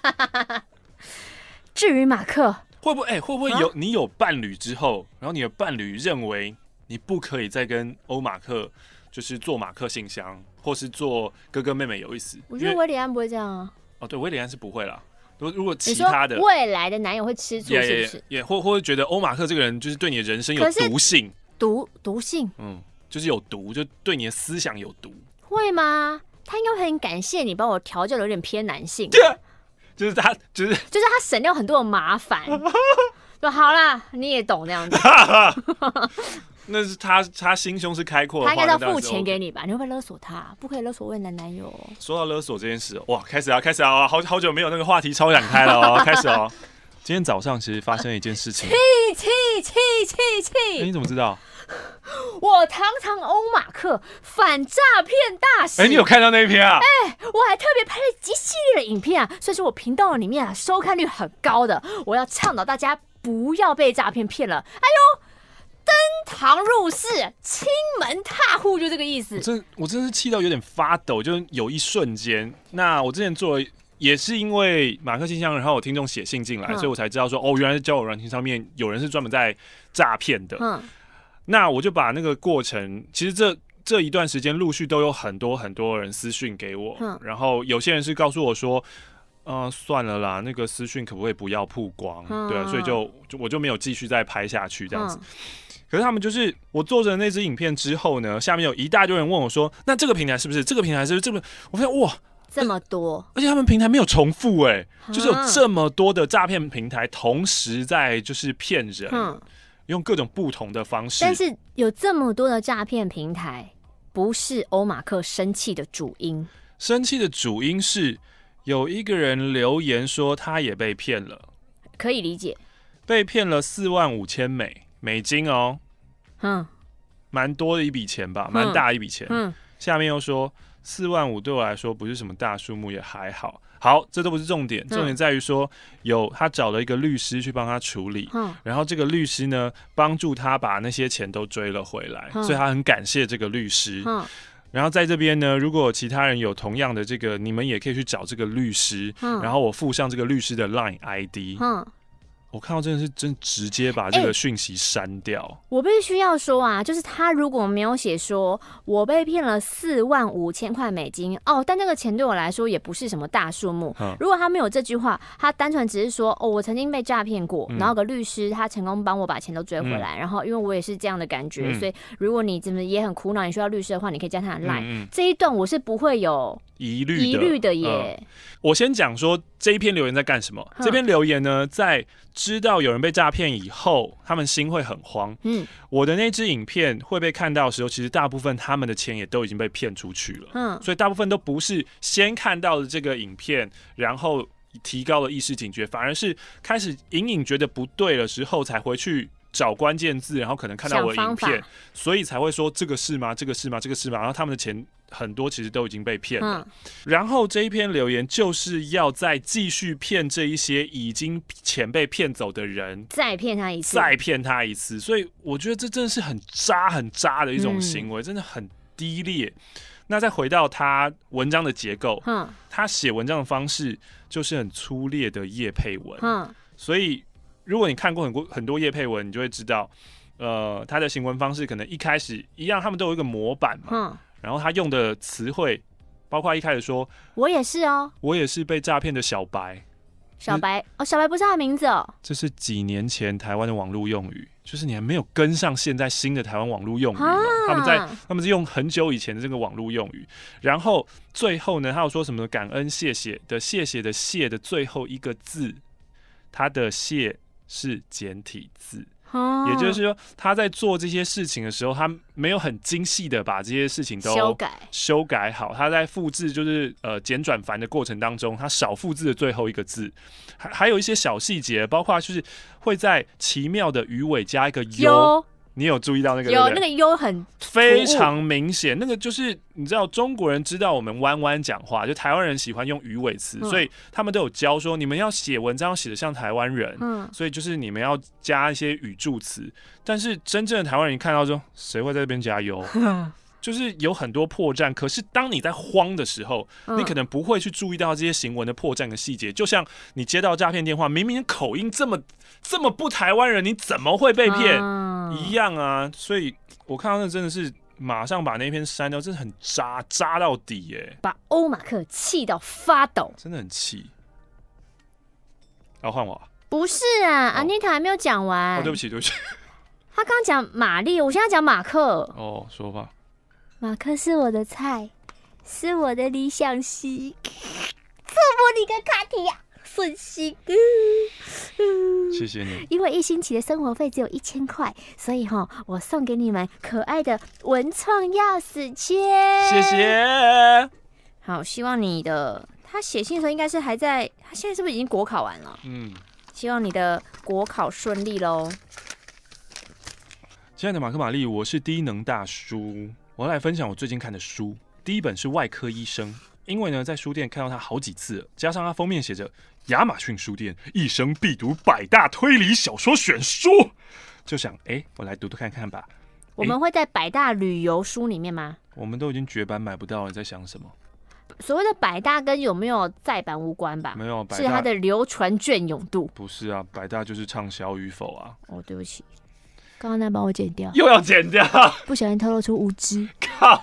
至于马克， 会不会哎、欸、会不会有、啊、你有伴侣之后，然后你的伴侣认为你不可以再跟欧马克就是做马克信箱，或是做哥哥妹妹有意思？ 我觉得维里安不会这样啊。 哦，对，维里安是不会啦。如如果其他的未来的男友会吃醋，是不是？ 也或或者觉得欧马克这个人就是对你的人生有毒性， 毒毒性， 嗯，就是有毒，就对你的思想有毒。 会吗？他应该会很感谢你帮我调教的有点偏男性， 就是他，就是就是他省掉很多的麻烦。就好啦，你也懂那样子。 那是他，他心胸是开阔的话， 他应该要付钱给你吧？你会不会勒索他？不可以勒索未来男友。 说到勒索这件事，哇，开始啊，开始啊，好好久没有那个话题超展开了哦，开始哦。今天早上其实发生了一件事情， 气气气气气！ 你怎么知道？ 我堂堂欧马克反诈骗大使。 哎、欸，你有看到那一篇啊？ 哎、欸，我还特别拍了一系列的影片啊，所以说我频道里面啊收看率很高的。我要倡导大家不要被诈骗骗了。哎呦！登堂入室，亲门踏户，就这个意思。 我真，我真是气到有点发抖，就有一瞬间。那我之前做了，也是因为马克信箱，然后有听众写信进来、嗯，所以我才知道说，哦，原来是交友软件上面有人是专门在诈骗的。嗯，那我就把那个过程，其实这这一段时间陆续都有很多很多人私讯给我，嗯、然后有些人是告诉我说。呃，算了啦，那个私讯可不可以不要曝光？嗯、对啊，所以就就我就没有继续再拍下去这样子。嗯、可是他们就是我做着那支影片之后呢，下面有一大堆人问我说：“那这个平台是不是？这个平台是不是？这个？”我发现哇， 这么多， 而且他们平台没有重复哎、欸，就是有这么多的诈骗平台同时在就是骗人、嗯，用各种不同的方式。 但是有这么多的诈骗平台，不是欧马克生气的主因。 生气的主因是。有一个人留言说他也被骗了， 可以理解， 被骗了四万五千美美金哦，嗯，蛮多的一笔钱吧，蛮大一笔钱。嗯，下面又说四万五对我来说不是什么大数目，也还好。好，这都不是重点，重点在于说有他找了一个律师去帮他处理，嗯，然后这个律师呢帮助他把那些钱都追了回来，嗯、所以他很感谢这个律师。嗯。然后在这边呢，如果其他人有同样的这个，你们也可以去找这个律师，嗯、然后我附上这个律师的 Line I D，、嗯、 我看到真的是真直接把这个讯息删掉、欸。 我必须要说啊，就是他如果没有写说我被骗了四万五千块美金哦，但这个钱对我来说也不是什么大数目。如果他没有这句话，他单纯只是说哦，我曾经被诈骗过，嗯、然后个律师他成功帮我把钱都追回来，嗯、然后因为我也是这样的感觉，嗯、所以如果你怎么也很苦恼，你需要律师的话，你可以加他的 line、嗯嗯。这一段我是不会有疑虑疑虑的耶、 嗯。我先讲说这一篇留言在干什么。这篇留言呢，在知道有人被诈骗以后，他们心会很慌。嗯，我的那支影片会被看到的时候，其实大部分他们的钱也都已经被骗出去了。嗯，所以大部分都不是先看到了这个影片，然后提高了意识警觉，反而是开始隐隐觉得不对了之后，才回去找关键字，然后可能看到我的影片，所以才会说这个是吗？这个是吗？这个是吗？然后他们的钱很多其实都已经被骗了、嗯。然后这一篇留言就是要再继续骗这一些已经钱被骗走的人， 再骗他一次， 再骗他一次。所以我觉得这真的是很渣、很渣的一种行为，嗯、真的很低劣。那再回到他文章的结构，嗯、他写文章的方式就是很粗劣的业配文，嗯、所以。如果你看过很多很多业配文，你就会知道，呃，他的行文方式可能一开始一样，他们都有一个模板嘛，嗯、然后他用的词汇，包括一开始说， 我也是哦， 我也是被诈骗的小白， 小白哦，小白不是他的名字哦， 这是几年前台湾的网络用语，就是你还没有跟上现在新的台湾网络用语嘛，啊、他们在他们是用很久以前的这个网络用语，然后最后呢，他有说什么感恩谢谢的谢谢的谢的最后一个字，他的谢。是简体字，也就是说，他在做这些事情的时候，他没有很精细的把这些事情都修改修改好。他在复制，就是呃简转繁的过程当中，他少复制的最后一个字，还还有一些小细节，包括就是会在奇妙的鱼尾加一个 U。你有注意到那个？ 有，对对那个 U 很非常明显。那个就是你知道，中国人知道我们弯弯讲话，就台湾人喜欢用鱼尾词，嗯、所以他们都有教说，你们要写文章要写得像台湾人，嗯、所以就是你们要加一些语助词。但是真正的台湾人一看到说，谁会在这边加 U？就是有很多破绽，可是当你在慌的时候，嗯、你可能不会去注意到这些行文的破绽的细节。就像你接到诈骗电话，明明口音这么这么不台湾人，你怎么会被骗、嗯、一样啊？所以我看到那真的是马上把那篇删掉，真的很渣，渣到底耶、欸！ 把欧马克气到发抖， 真的很气。要换我、啊？ 不是啊，安妮塔还没有讲完。 哦，对不起，对不起。 他刚讲玛丽，我现在讲马克。 哦，说吧。 马克是我的菜，是我的理想型。祝福你跟卡提亚顺心。 谢谢你。 因为一星期的生活费只有一千块，所以哈，我送给你们可爱的文创钥匙签。 谢谢。 好，希望你的他写信的时候应该是还在，他现在是不是已经国考完了？嗯。希望你的国考顺利喽。 亲爱的马克玛丽，我是低能大叔。我要来分享我最近看的书，第一本是《外科医生》，因为呢在书店看到它好几次了，加上它封面写着亚马逊书店一生必读百大推理小说选书，就想哎、欸，我来读读看看吧。 我们会在百大旅游书里面吗？ 我们都已经绝版买不到了，你在想什么？ 所谓的百大跟有没有再版无关吧？ 没有，百大是它的流传隽永度。 不是啊，百大就是畅销与否啊。 哦，对不起。刚刚那帮我剪掉， 又要剪掉， 不小心透露出无知。 靠！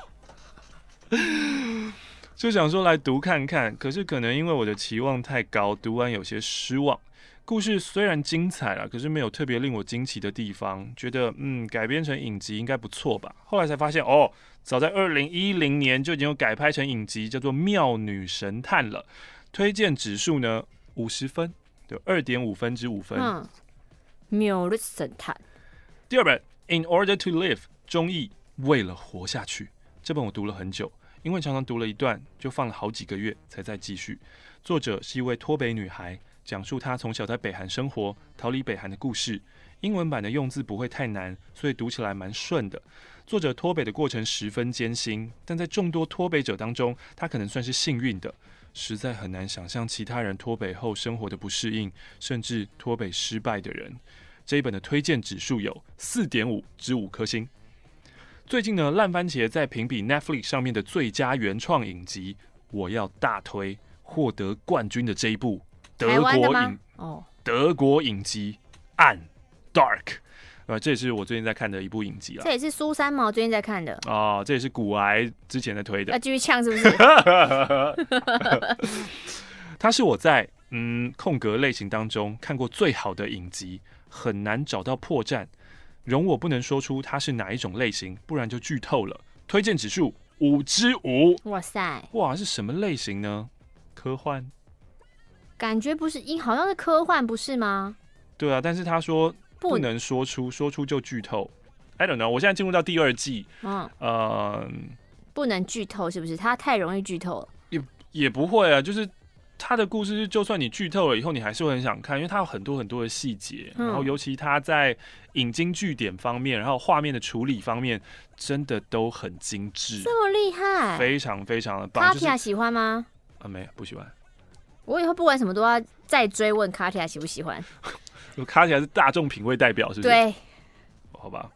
就想说来读看看，可是可能因为我的期望太高，读完有些失望。故事虽然精彩啦，可是没有特别令我惊奇的地方，觉得嗯改编成影集应该不错吧。后来才发现哦，早在二零一零年就已经有改拍成影集，叫做《妙女神探》了。推荐指数呢五十分，有二点五分之五分。嗯， 妙女神探。 第二本《In Order to Live》中译为了活下去，这本我读了很久，因为常常读了一段就放了好几个月才再继续。作者是一位脱北女孩，讲述她从小在北韩生活、逃离北韩的故事。英文版的用字不会太难，所以读起来蛮顺的。作者脱北的过程十分艰辛，但在众多脱北者当中，她可能算是幸运的。实在很难想象其他人脱北后生活的不适应，甚至脱北失败的人。这一本的推荐指数有 四点五 之五颗星。最近呢，烂番茄在评比 Netflix 上面的最佳原创影集，我要大推获得冠军的这一部德国影哦德国影集《暗》（Dark）。呃，这也是我最近在看的一部影集啦。 这也是苏三毛最近在看的哦，这也是古癌之前在推的。 要继续呛是不是？ 它是我在嗯空格类型当中看过最好的影集，很难找到破绽。容我不能说出它是哪一种类型，不然就剧透了。推荐指数五之五。 哇塞！ 哇，是什么类型呢？科幻？ 感觉不是，好像是科幻，不是吗？ 对啊，但是他说不能说出，说出就剧透。I don't know， 我现在进入到第二季，嗯，呃， 不能剧透是不是？它太容易剧透了。 也也不会啊，就是他的故事，就算你剧透了以后，你还是会很想看，因为它有很多很多的细节，嗯、然后尤其他在引经据典方面，然后画面的处理方面，真的都很精致， 这么厉害， 非常非常的棒。 卡提亚喜欢吗？ 啊，没有，不喜欢。 我以后不管什么都要再追问卡提亚喜不喜欢。 卡提亚是大众品味代表，是不是？ 对， 好吧。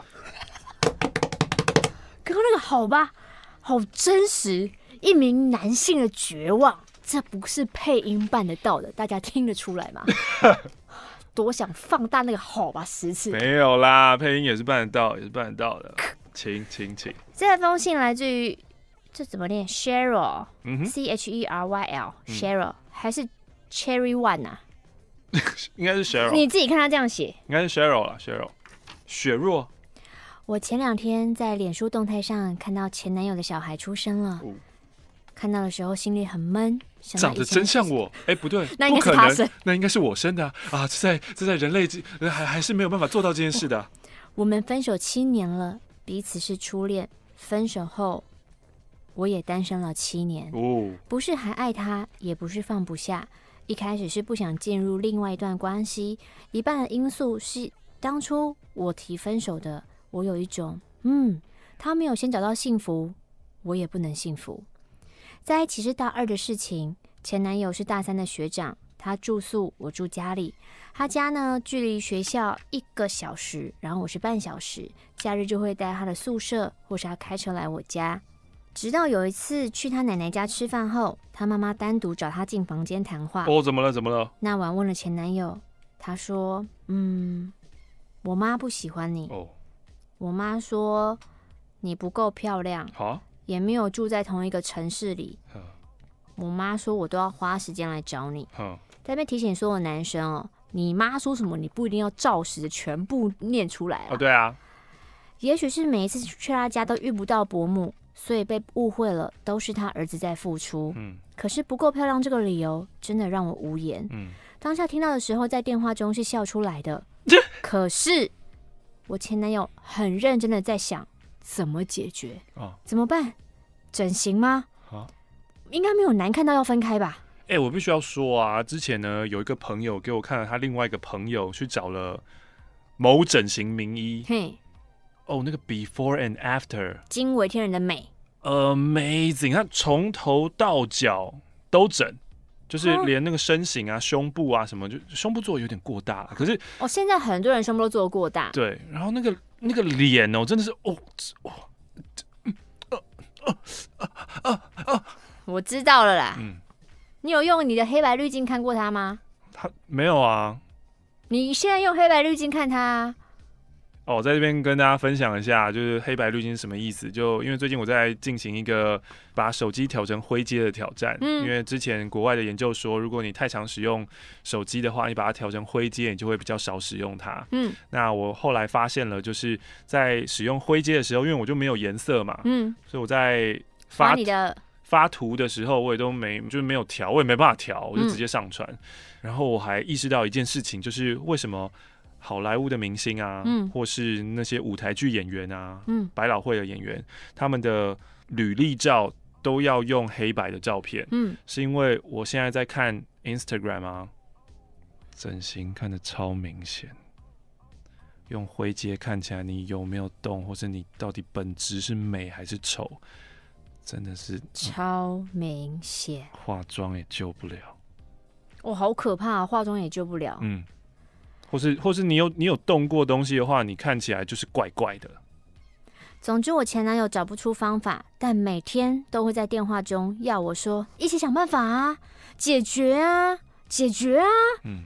刚刚那个好吧，好真实，一名男性的绝望，这不是配音办得到的，大家听得出来吗？多想放大那个好吧十次。 没有啦，配音也是办得到，也是办得到的。请请请。 这封信来自于。这怎么念 ？Cheryl，、嗯、C H E R Y L，Cheryl、嗯、还是 Cherry One 啊？ 应该是 Cheryl。 你自己看他这样写， 应该是 Cheryl 啦 ，Cheryl。雪若， 我前两天在脸书动态上看到前男友的小孩出生了，哦、看到的时候心里很闷， 长得真像我。哎、欸，不对， 那应该是他生， 那应该是我生的啊！啊这在这在人类还还是没有办法做到这件事的、啊。 我们分手七年了，彼此是初恋，分手后。我也单身了七年、哦，不是还爱他，也不是放不下。一开始是不想进入另外一段关系，一半的因素是当初我提分手的。我有一种，嗯，他没有先找到幸福，我也不能幸福。在一起是大二的事情，前男友是大三的学长，他住宿，我住家里。他家呢距离学校一个小时，然后我是半小时。假日就会带他的宿舍，或是他开车来我家。直到有一次去他奶奶家吃饭后，他妈妈单独找他进房间谈话。 哦，怎么了？怎么了？ 那晚问了前男友，他说：“嗯，我妈不喜欢你。哦，我妈说你不够漂亮，啊，也没有住在同一个城市里。我妈说我都要花时间来找你。在那边提醒所有男生哦，你妈说什么，你不一定要照实的全部念出来啊。 哦，对啊。 也许是每一次去他家都遇不到伯母。”所以被误会了，都是他儿子在付出。嗯，可是不够漂亮这个理由真的让我无言。嗯，当下听到的时候，在电话中是笑出来的。可是我前男友很认真的在想怎么解决。哦，怎么办？整形吗？啊，应该没有难看到要分开吧？ 哎、欸，我必须要说啊，之前呢有一个朋友给我看了他另外一个朋友去找了某整形名医。嘿。哦，那个 before and after 惊为天人的美 ，amazing！ 他从头到脚都整，就是连那个身形啊、胸部啊什么，就胸部做有点过大了。可是哦，现在很多人胸部都做过大。 对，然后那个那个脸哦，真的是哦哦， 呃呃呃呃呃，我知道了啦。嗯，你有用你的黑白滤镜看过他吗？ 他没有啊。 你现在用黑白滤镜看他啊。 哦，我在这边跟大家分享一下，就是黑白滤镜是什么意思。就因为最近我在进行一个把手机调成灰阶的挑战，嗯、因为之前国外的研究说，如果你太常使用手机的话，你把它调成灰阶，你就会比较少使用它。嗯，那我后来发现了，就是在使用灰阶的时候，因为我就没有颜色嘛，嗯，所以我在发你的发图的时候，我也都没就是没有调，我也没办法调，我就直接上传。嗯、然后我还意识到一件事情，就是为什么好莱坞的明星啊，嗯、或是那些舞台剧演员啊，嗯、百老汇的演员，他们的履历照都要用黑白的照片，嗯、是因为我现在在看 Instagram 啊，整形看得超明显，用灰阶看起来你有没有动，或是你到底本质是美还是丑，真的是超明显， 化妆也救不了。 哦，好可怕啊！化妆也救不了。嗯。 或是或是你有你有动过东西的话，你看起来就是怪怪的。 总之，我前男友找不出方法，但每天都会在电话中要我说一起想办法啊，解决啊，解决啊。嗯。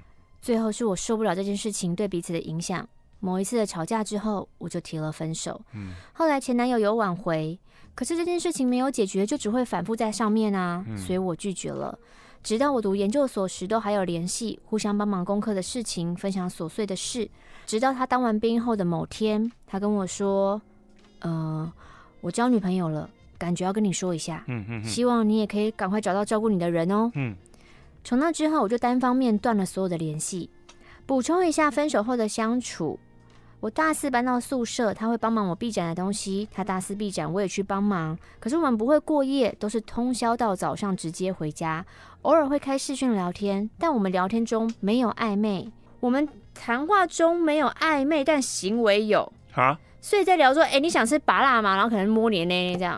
最后是我受不了这件事情对彼此的影响。某一次的吵架之后，我就提了分手。嗯，后来前男友有挽回，可是这件事情没有解决，就只会反复在上面啊，嗯、所以我拒绝了。直到我读研究所时，都还有联系，互相帮忙功课的事情，分享琐碎的事。直到他当完兵后的某天，他跟我说：“呃，我交女朋友了，感觉要跟你说一下，嗯嗯嗯、希望你也可以赶快找到照顾你的人哦。”嗯，从那之后，我就单方面断了所有的联系。补充一下分手后的相处。我大四搬到宿舍，他会帮忙我毕展的东西，他大四毕展我也去帮忙，可是我们不会过夜，都是通宵到早上直接回家，偶尔会开视讯聊天，但我们聊天中没有暧昧，我们谈话中没有暧昧，但行为有啊，所以在聊说，哎、欸，你想吃芭乐吗？然后可能摸你的内内这样，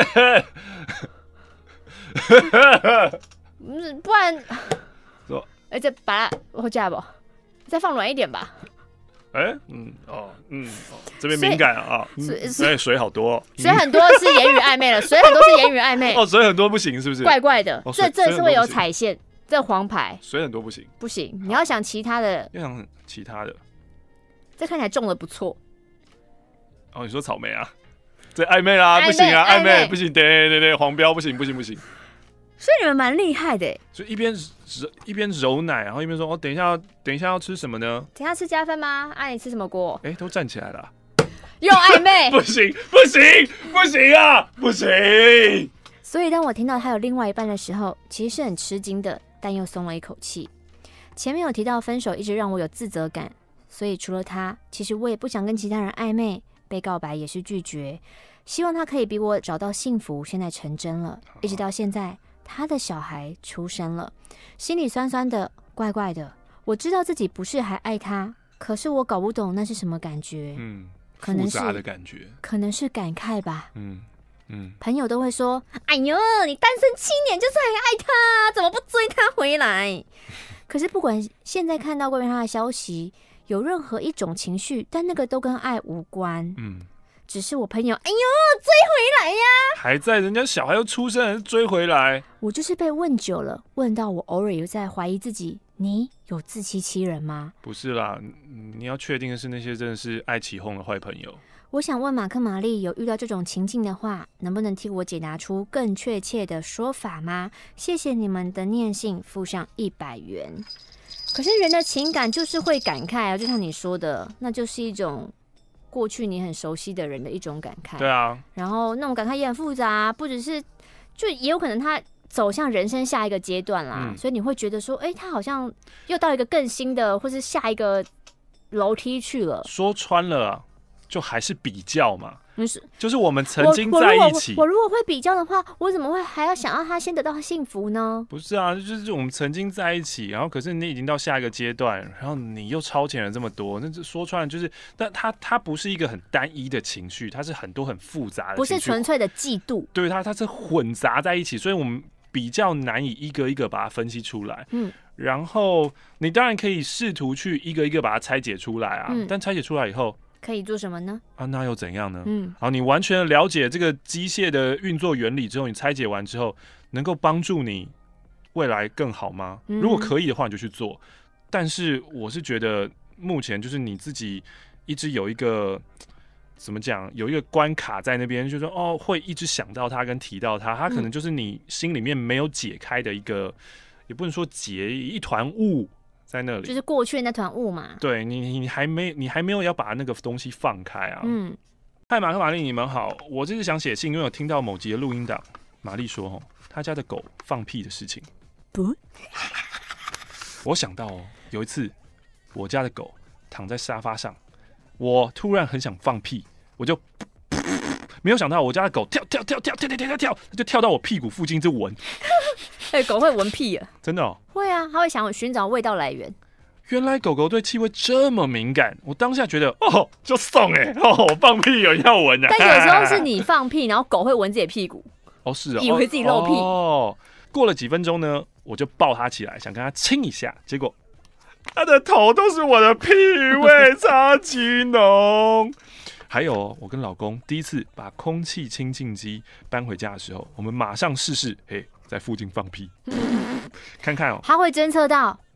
不然，哎、欸，这芭乐我加不？再放软一点吧。 哎、欸，嗯，哦，嗯，哦，这边敏感啊，水、嗯、水好多、哦， 水很多是言语暧昧了，水很多是言语暧昧。 哦，水很多不行是不是？ 怪怪的，哦、这这是会有踩线，这黄牌。 水很多不行， 不行，你要想其他的， 要想其他的， 这看起来种的不错。 哦，你说草莓啊？这暧昧啦，不行啊，暧昧不行，对对对，黄标不行不行不行。 所以你们蛮厉害的， 就一边一边揉奶，然后一边说：“哦，等一下，等一下要吃什么呢？ 等一下吃加分吗？啊，你吃什么锅？ 哎、欸，都站起来了、啊， 又暧昧， 不行，不行，不行啊，不行。” 所以当我听到他有另外一半的时候，其实是很吃惊的，但又松了一口气。前面有提到分手一直让我有自责感，所以除了他，其实我也不想跟其他人暧昧，被告白也是拒绝，希望他可以比我找到幸福。现在成真了，一直到现在。他的小孩出生了，心里酸酸的，怪怪的。我知道自己不是还爱他，可是我搞不懂那是什么感觉。嗯，可能是复杂的感觉， 可能是感慨吧。 嗯嗯， 朋友都会说：“哎呦，你单身七年就是很爱他，怎么不追他回来？”可是不管现在看到关于他的消息，有任何一种情绪，但那个都跟爱无关。嗯。只是我朋友，哎呦，追回来呀！ 还在人家小孩又出生，还是追回来？ 我就是被问久了，问到我偶尔有在怀疑自己，你有自欺欺人吗？ 不是啦，你要确定的是那些真的是爱起哄的坏朋友。 我想问马克玛丽，有遇到这种情境的话，能不能替我解答出更确切的说法吗？谢谢你们的念信，附上一百元。可是人的情感就是会感慨啊，就像你说的，那就是一种。过去你很熟悉的人的一种感慨， 对啊， 然后那种感慨也很复杂，不只是，就也有可能他走向人生下一个阶段啦，嗯、所以你会觉得说，哎、欸，他好像又到一个更新的，或是下一个楼梯去了。 说穿了，就还是比较嘛。是就是我们曾经在一起。 我, 我, 我如果会比较的话，我怎么会还要想要他先得到幸福呢？ 不是啊，就是我们曾经在一起，然后可是你已经到下一个阶段，然后你又超前了这么多，那说穿了就是，但他他不是一个很单一的情绪，它是很多很复杂的情绪， 不是纯粹的嫉妒， 对它它是混杂在一起，所以我们比较难以一个一个把它分析出来。嗯，然后你当然可以试图去一个一个把它拆解出来啊，嗯、但拆解出来以后。 可以做什么呢？ 啊，那又怎样呢？嗯，好，你完全了解这个机械的运作原理之后，你拆解完之后，能够帮助你未来更好吗？嗯、如果可以的话，你就去做。但是我是觉得，目前就是你自己一直有一个怎么讲，有一个关卡在那边，就是说哦，会一直想到他跟提到他，他可能就是你心里面没有解开的一个，嗯、也不能说结一团雾。在那里， 就是过去那团雾嘛。 对你，你还没，你还没有要把那个东西放开啊。嗯，嗨，马克玛丽，你们好，我这次想写信，因为有听到某集的录音档，玛丽说，哦，他家的狗放屁的事情。不，我想到哦，有一次我家的狗躺在沙发上，我突然很想放屁，我就。没有想到我家的狗跳跳跳跳跳跳跳跳，它就跳到我屁股附近就闻。 哎、欸，狗会闻屁啊？ 真的哦？ 会啊，它会想寻找味道来源。 原来狗狗对气味这么敏感，我当下觉得哦，就送哎、欸，哦，我放屁有人要闻啊。 但有时候是你放屁，然后狗会闻自己的屁股。 哦，是啊、哦， 以为自己漏屁。 哦，过了几分钟呢，我就抱它起来，想跟它亲一下，结果它的头都是我的屁味，超级浓。还有，我跟老公第一次把空气清净机搬回家的时候，我们马上试试，嘿，在附近放屁，看看哦， 它会侦测到，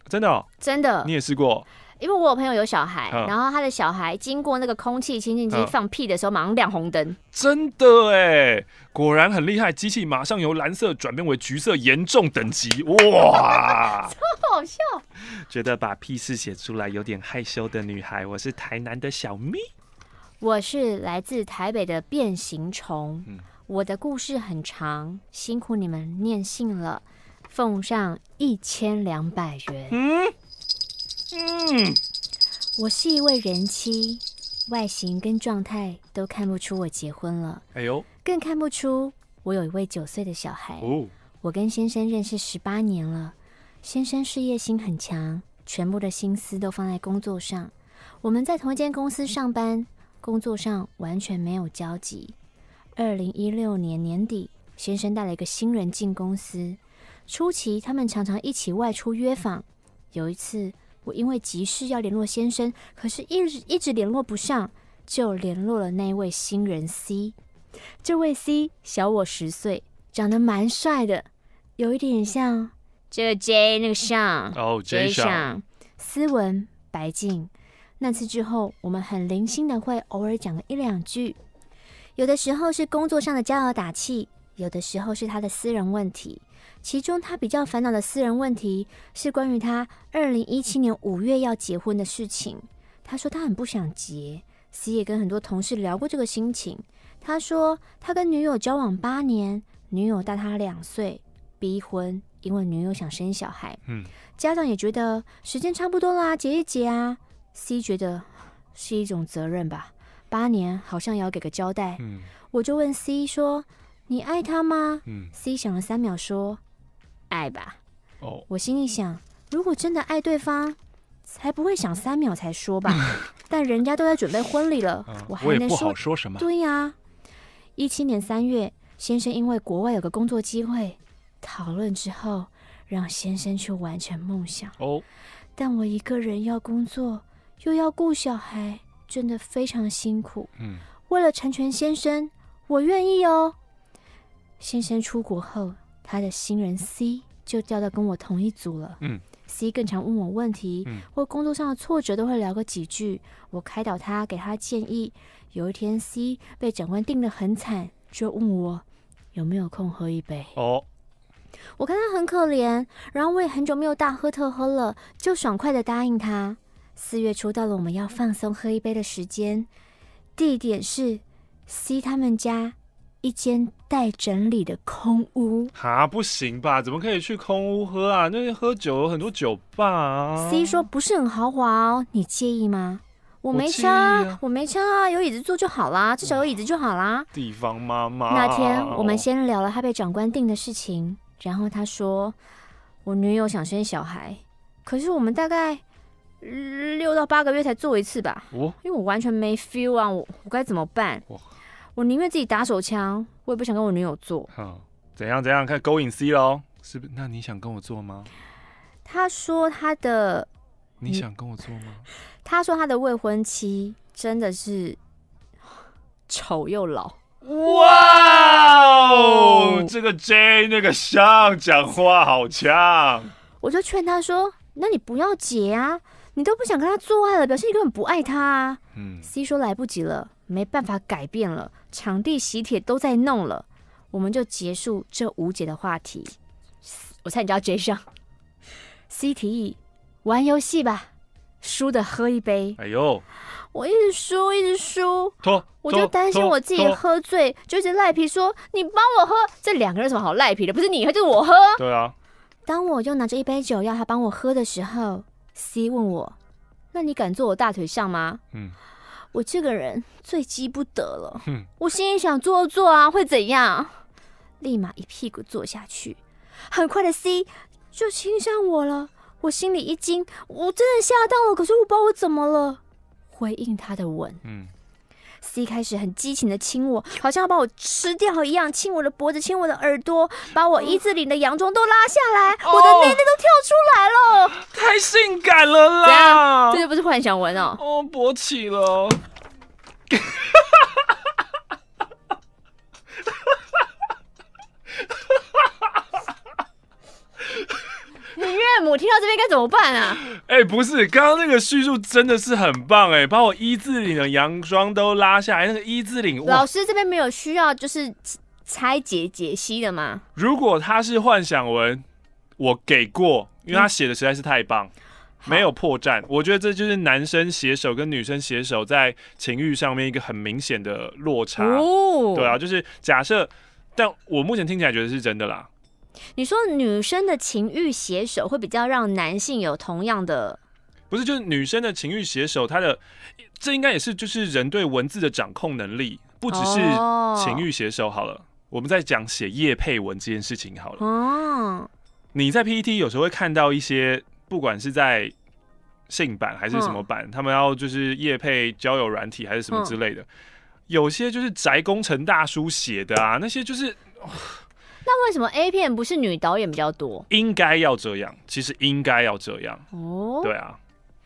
真的、哦， 真的。 你也试过？ 因为我有朋友有小孩， 嗯、 然后他的小孩经过那个空气清净机放屁的时候，马上亮红灯。 真的哎，果然很厉害，机器马上由蓝色转变为橘色严重等级，哇， 超好笑。 觉得把屁事写出来有点害羞的女孩，我是台南的小咪， 我是来自台北的变形虫。嗯，我的故事很长，辛苦你们念信了，奉上一千两百元。 嗯。嗯， 我是一位人妻，外形跟状态都看不出我结婚了。哎呦，更看不出我有一位九岁的小孩。哦，我跟先生认识十八年了，先生事业心很强，全部的心思都放在工作上。我们在同一间公司上班，工作上完全没有交集。二零一六年年底，先生带了一个新人进公司，初期他们常常一起外出约访。有一次，我因为急事要联络先生，可是一直一直联络不上，就联络了那位新人 C。这位 C 小我十岁，长得蛮帅的，有一点像这个 J 那个像哦 J 像， 斯文白净。那次之后，我们很零星的会偶尔讲个一两句，有的时候是工作上的加油打气，有的时候是他的私人问题。其中他比较烦恼的私人问题是关于他二零一七年五月要结婚的事情。他说他很不想结 ，C 也跟很多同事聊过这个心情。他说他跟女友交往八年，女友大他两岁，逼婚，因为女友想生小孩。嗯，家长也觉得时间差不多啦，结一结啊。C 觉得是一种责任吧，八年好像也要给个交代。嗯，我就问 C 说：“你爱他吗？”嗯 ，C 想了三秒说。爱吧，哦，我心里想，如果真的爱对方，才不会想三秒才说吧。但人家都在准备婚礼了，嗯、我还能说？ 我也不好说什么。 对呀、啊，一七年三月，先生因为国外有个工作机会，讨论之后，让先生去完成梦想。哦，但我一个人要工作，又要顾小孩，真的非常辛苦。嗯，为了成全先生，我愿意哦。先生出国后。他的新人 C 就调到跟我同一组了。嗯 ，C 更常问我问题，嗯、或工作上的挫折都会聊个几句。我开导他，给他建议。有一天 ，C 被长官盯得很惨，就问我有没有空喝一杯。哦，我看他很可怜，然后我也很久没有大喝特喝了，就爽快的答应他。四月初到了我们要放松喝一杯的时间，地点是 C 他们家。一间待整理的空屋哈，不行吧？怎么可以去空屋喝啊？那喝酒有很多酒吧啊。 C 说不是很豪华哦，你介意吗？我没差，我, 啊、我没差啊，有椅子坐就好啦，至少有椅子就好啦。 地方妈妈。 那天我们先聊了他被长官定的事情，然后他说我女友想生小孩，可是我们大概六到八个月才做一次吧。哦，因为我完全没 feel 啊，我我该怎么办？我宁愿自己打手枪，我也不想跟我女友做。 好，怎样怎样，开始勾引 C 咯？是不是？那你想跟我做吗？ 他说他的， 你想跟我做吗？ 他说他的未婚妻真的是丑又老。 哇哦，这个 J 那个像讲话好呛。 我就劝他说：“那你不要结啊，你都不想跟他做爱了，表示你根本不爱他啊。”嗯 ，C 说来不及了。没办法改变了，场地喜帖都在弄了，我们就结束这无解的话题。我猜你知道 J 上 C 提议玩游戏吧，输的喝一杯。哎呦，我一直输一直输，我就担心我自己喝醉，就一直赖皮说你帮我喝。这两个人有什么好赖皮的？不是你喝就是我喝。 对啊。 当我又拿着一杯酒要他帮我喝的时候 ，C 问我：“那你敢坐我大腿上吗？”嗯。我这个人最急不得了，嗯、我心里想做就做啊，会怎样？立马一屁股坐下去，很快的 C 就亲上我了。我心里一惊，我真的吓到了，可是我不知道我怎么了，回应他的吻。嗯 C 开始很激情的亲我，好像要把我吃掉一样，亲我的脖子，亲我的耳朵，把我衣子里的洋装都拉下来，哦、我的内内都跳出来了， 太性感了啦！ 怎样？这就不是幻想文哦。 哦，勃起了。 你越外母听到这边该怎么办啊？ 哎、欸，不是，刚刚那个叙述真的是很棒哎、欸，把我一字领的洋装都拉下来，那个一字领， 老师这边没有需要就是拆解解析的吗？ 如果他是幻想文，我给过，因为他写的实在是太棒。嗯，没有破绽，我觉得这就是男生写手跟女生写手在情欲上面一个很明显的落差。哦，对啊，就是假设，但我目前听起来觉得是真的啦。 你说女生的情欲写手会比较让男性有同样的， 不是，就是女生的情欲写手，她的这应该也是就是人对文字的掌控能力，不只是情欲写手好了。哦，我们在讲写业配文这件事情好了。哦，你在 P T T 有时候会看到一些。不管是在性版还是什么版，嗯，他们要就是业配交友软体还是什么之类的，嗯，有些就是宅工程大叔写的啊，那些就是。 那为什么 A 片不是女导演比较多？ 应该要这样，其实应该要这样。哦，对啊。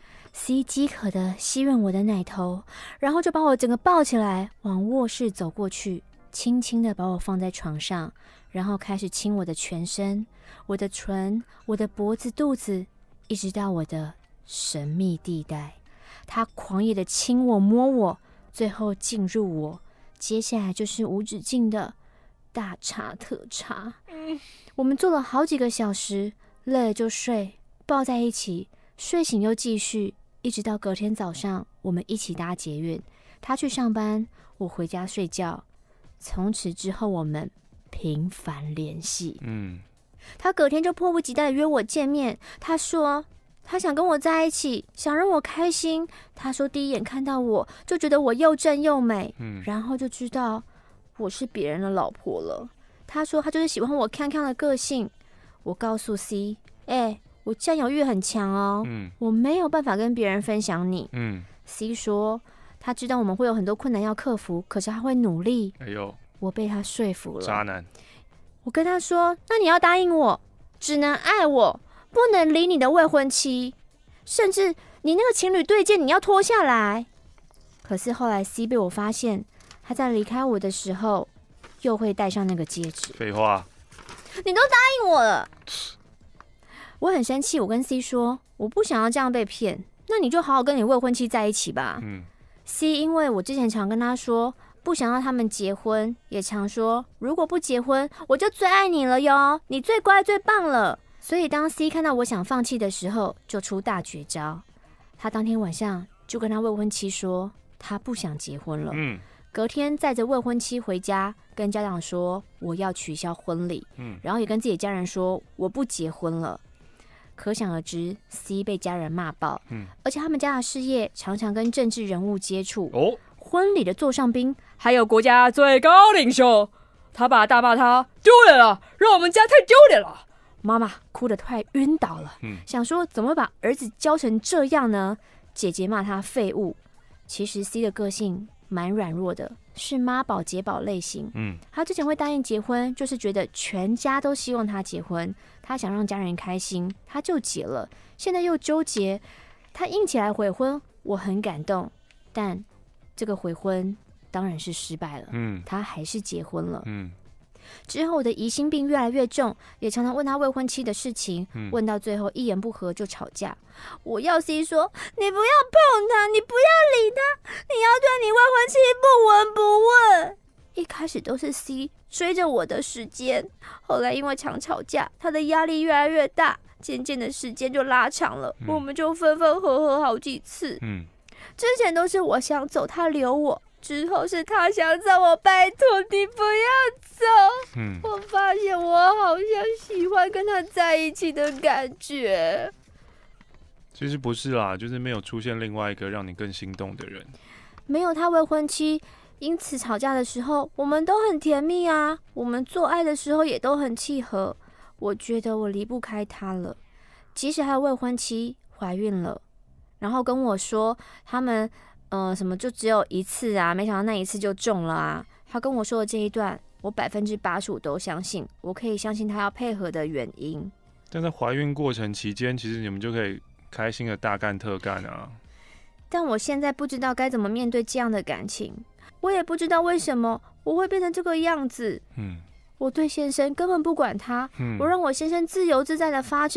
C 饥渴的吸吮我的奶头，然后就把我整个抱起来，往卧室走过去，轻轻的把我放在床上，然后开始亲我的全身，我的唇，我的脖子、肚子。一直到我的神秘地带，他狂野的亲我摸我，最后进入我，接下来就是无止境的大插特插。嗯，我们做了好几个小时，累了就睡，抱在一起，睡醒又继续，一直到隔天早上，我们一起搭捷运，他去上班，我回家睡觉。从此之后，我们频繁联系。嗯。他隔天就迫不及待地约我见面，他说他想跟我在一起，想让我开心。他说第一眼看到我就觉得我又正又美，嗯，然后就知道我是别人的老婆了。他说他就是喜欢我康康的个性。我告诉 C， 哎、欸，我占有欲很强哦，嗯，我没有办法跟别人分享你。嗯 ，C 说他知道我们会有很多困难要克服，可是他会努力。哎呦，我被他说服了。 渣男。 我跟他说，那你要答应我，只能爱我，不能理你的未婚妻，甚至你那个情侣对戒你要脱下来。可是后来 C 被我发现，他在离开我的时候又会戴上那个戒指。 废话， 你都答应我了。我很生气，我跟 C 说，我不想要这样被骗，那你就好好跟你未婚妻在一起吧。嗯 C 因为我之前常跟他说不想要他们结婚，也常说如果不结婚我就最爱你了哟，你最乖最棒了。所以当 C 看到我想放弃的时候，就出大绝招。他当天晚上就跟他未婚妻说他不想结婚了。嗯，隔天载着未婚妻回家，跟家长说我要取消婚礼。嗯，然后也跟自己家人说我不结婚了。可想而知 ，C 被家人骂爆。嗯，而且他们家的事业常常跟政治人物接触。哦。婚礼的座上宾还有国家最高领袖，他爸大骂他丢脸了，让我们家太丢脸了。妈妈哭得快晕倒了，嗯，想说怎么会把儿子教成这样呢？姐姐骂他废物。其实 C 的个性蛮软弱的，是妈宝姐宝类型。嗯，他之前会答应结婚，就是觉得全家都希望他结婚，他想让家人开心，他就结了。现在又纠结，他硬起来悔婚，我很感动，但这个悔婚当然是失败了。嗯，他还是结婚了。嗯，之后我的疑心病越来越重，也常常问他未婚妻的事情，嗯，问到最后一言不合就吵架。我要 C 说，你不要碰他，你不要理他，你要对你未婚妻不闻不问。一开始都是 C 追着我的时间，后来因为常吵架，他的压力越来越大，渐渐的时间就拉长了，嗯，我们就分分合合好几次。嗯，之前都是我想走，他留我，之后是他想走，我拜托你不要走。嗯，我发现我好像喜欢跟他在一起的感觉。 其实不是啦，就是没有出现另外一个让你更心动的人。 没有他未婚妻，因此吵架的时候我们都很甜蜜啊，我们做爱的时候也都很契合。我觉得我离不开他了。即使还有未婚妻怀孕了，然后跟我说他们呃什么就只有一次啊，没想到那一次就中了啊。他跟我说的这一段，我百分之八十五都相信，我可以相信他要配合的原因。 但在怀孕过程期间，其实你们就可以开心的大干特干啊。 但我现在不知道该怎么面对这样的感情，我也不知道为什么我会变成这个样子。嗯，我对先生根本不管他，嗯，我让我先生自由自在的发展，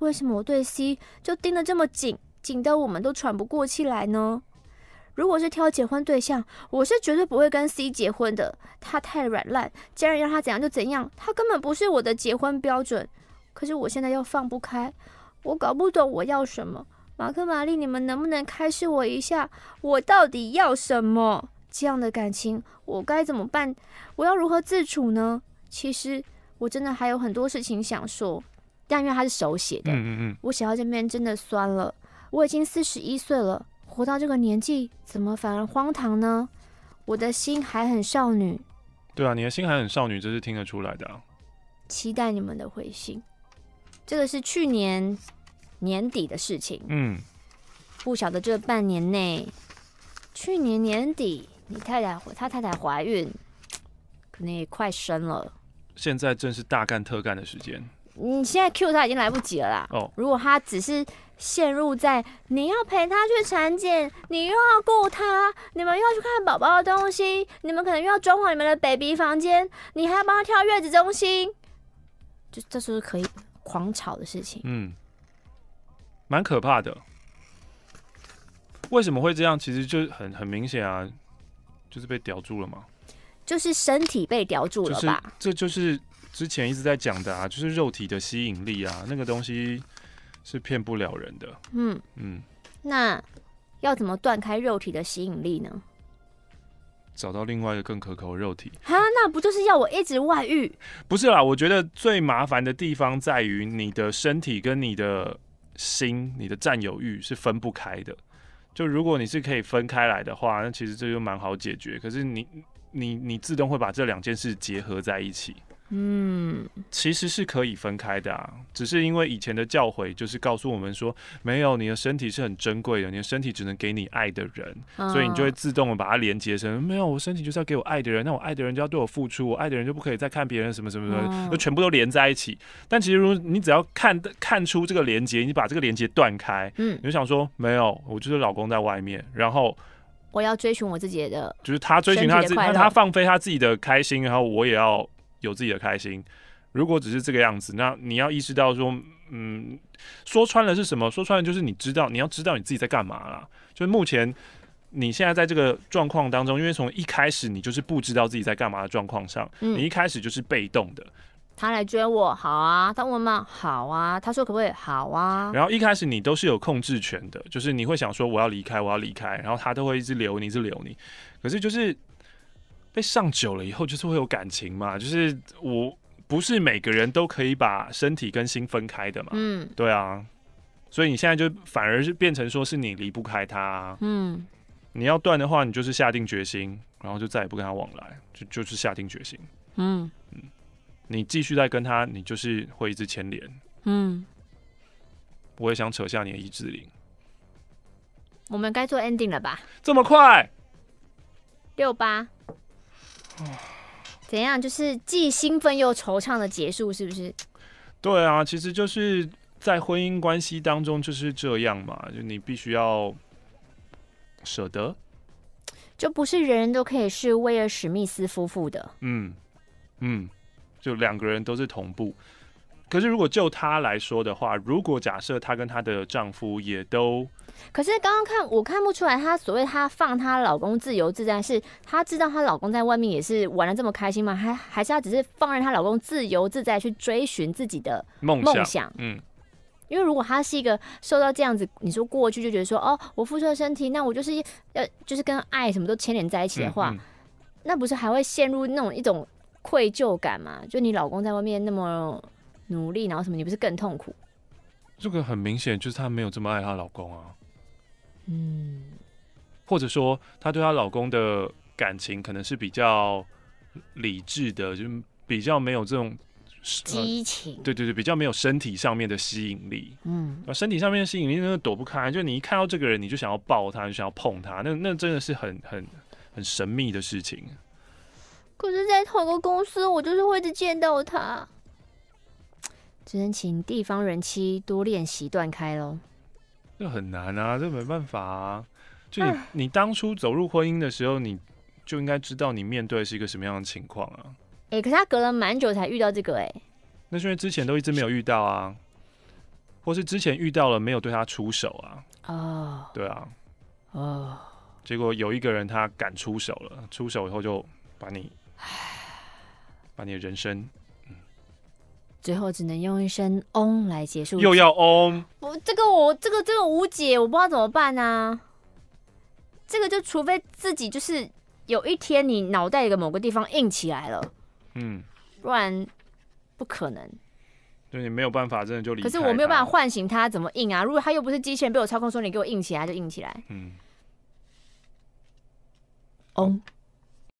为什么我对 C 就盯得这么紧，紧得我们都喘不过气来呢？如果是挑结婚对象，我是绝对不会跟 C 结婚的。他太软烂，家人让他怎样就怎样，他根本不是我的结婚标准。可是我现在又放不开，我搞不懂我要什么。马克、玛丽，你们能不能开示我一下，我到底要什么？这样的感情，我该怎么办？我要如何自处呢？其实我真的还有很多事情想说，但因为他是手写的， 嗯嗯嗯， 我写到这边真的酸了。我已经四十一岁了，活到这个年纪，怎么反而荒唐呢？我的心还很少女。 对啊，你的心还很少女，这是听得出来的啊。 期待你们的回信。这个是去年年底的事情， 嗯， 不晓得这半年内，去年年底你太太他太太怀孕，可能也快生了。 现在正是大干特干的时间。 你现在 Q 他已经来不及了啦。 哦， 如果他只是陷入在你要陪他去产检，你又要顾他，你们又要去看宝宝的东西，你们可能又要装潢你们的 baby 房间，你还要帮他挑月子中心，就这是可以狂吵的事情。 嗯，蛮可怕的。为什么会这样？其实就很很明显啊，就是被叼住了嘛。 就是身体被叼住了吧？ 就是这就是之前一直在讲的啊，就是肉体的吸引力啊，那个东西是骗不了人的。 嗯嗯，那要怎么断开肉体的吸引力呢？ 找到另外一个更可口的肉体。 哈，那不就是要我一直外遇？ 不是啦，我觉得最麻烦的地方在于你的身体跟你的心、你的占有欲是分不开的。就如果你是可以分开来的话，那其实这就蛮好解决。可是你你你自动会把这两件事结合在一起。嗯，其实是可以分开的啊，只是因为以前的教诲就是告诉我们说，没有，你的身体是很珍贵的，你的身体只能给你爱的人，嗯、所以你就会自动的把它连接成，没有，我身体就是要给我爱的人，那我爱的人就要对我付出，我爱的人就不可以再看别人什么什么什么，就、嗯、全部都连在一起。但其实如果你只要看看出这个连接，你把这个连接断开，嗯，你就想说，没有，我就是老公在外面，然后。 我要追寻我自己的， 就是他追寻他自己，他他放飞他自己的开心，然后我也要有自己的开心。如果只是这个样子，那你要意识到说，嗯，说穿了是什么？说穿了就是你知道，你要知道你自己在干嘛啦。就是目前你现在在这个状况当中，因为从一开始你就是不知道自己在干嘛的状况上，嗯、你一开始就是被动的。 他来追我，好啊。他问吗？好啊。他说可不可以？好啊。 然后一开始你都是有控制权的，就是你会想说我要离开，我要离开，然后他都会一直留你，一直留你。可是就是被上久了以后，就是会有感情嘛。就是我不是每个人都可以把身体跟心分开的嘛。嗯，对啊。所以你现在就反而是变成说是你离不开他、啊。嗯，你要断的话，你就是下定决心，然后就再也不跟他往来，就就是下定决心。嗯嗯。你继续再跟他，你就是会一直牵连。嗯，我也想扯下你的意志力。 我们该做 ending 了吧？ 这么快？ 六八。怎样？就是既兴奋又惆怅的结束，是不是？ 对啊，其实就是在婚姻关系当中就是这样嘛，就你必须要舍得。 就不是人人都可以是威尔史密斯夫妇的。嗯嗯。就两个人都是同步，可是如果就她来说的话，如果假设她跟她的丈夫也都， 可是刚刚看我看不出来，她所谓她放她老公自由自在，是她知道她老公在外面也是玩得这么开心吗？还还是她只是放任她老公自由自在去追寻自己的梦想？梦想嗯，因为如果她是一个受到这样子，你说过去就觉得说哦，我付出了身体，那我就是要就是跟爱什么都牵连在一起的话，嗯嗯、那不是还会陷入那种一种。愧疚感嘛，就你老公在外面那么努力，然后什么，你不是更痛苦？ 这个很明显就是她没有这么爱她老公啊。嗯，或者说她对她老公的感情可能是比较理智的，就比较没有这种激情、呃。 对对对，比较没有身体上面的吸引力。嗯，身体上面的吸引力那个躲不开，就你一看到这个人，你就想要抱他，就想要碰他，那那真的是很很很神秘的事情。 可是，在同一个公司，我就是会一直见到他，只能请地方人妻多练习断开咯。 这很难啊，这没办法啊。就你、啊、你当初走入婚姻的时候，你就应该知道你面对的是一个什么样的情况啊。 哎、欸，可是他隔了蛮久才遇到这个哎、欸。 那是因为之前都一直没有遇到啊。 或是之前遇到了没有对他出手啊。 哦， 对啊， 哦， 结果有一个人他敢出手了，出手以后就把你，把你的人生， 最后只能用一声“嗡”来结束。 又要嗡， 我这个我这个这个无解，我不知道怎么办啊。这个就除非自己就是有一天你脑袋的某个地方硬起来了， 嗯， 不然不可能。 就你没有办法，真的就离开他。 可是我没有办法唤醒他，怎么硬啊？如果他又不是机器人被我操控，说你给我硬起来，就硬起来。 嗯， 嗡。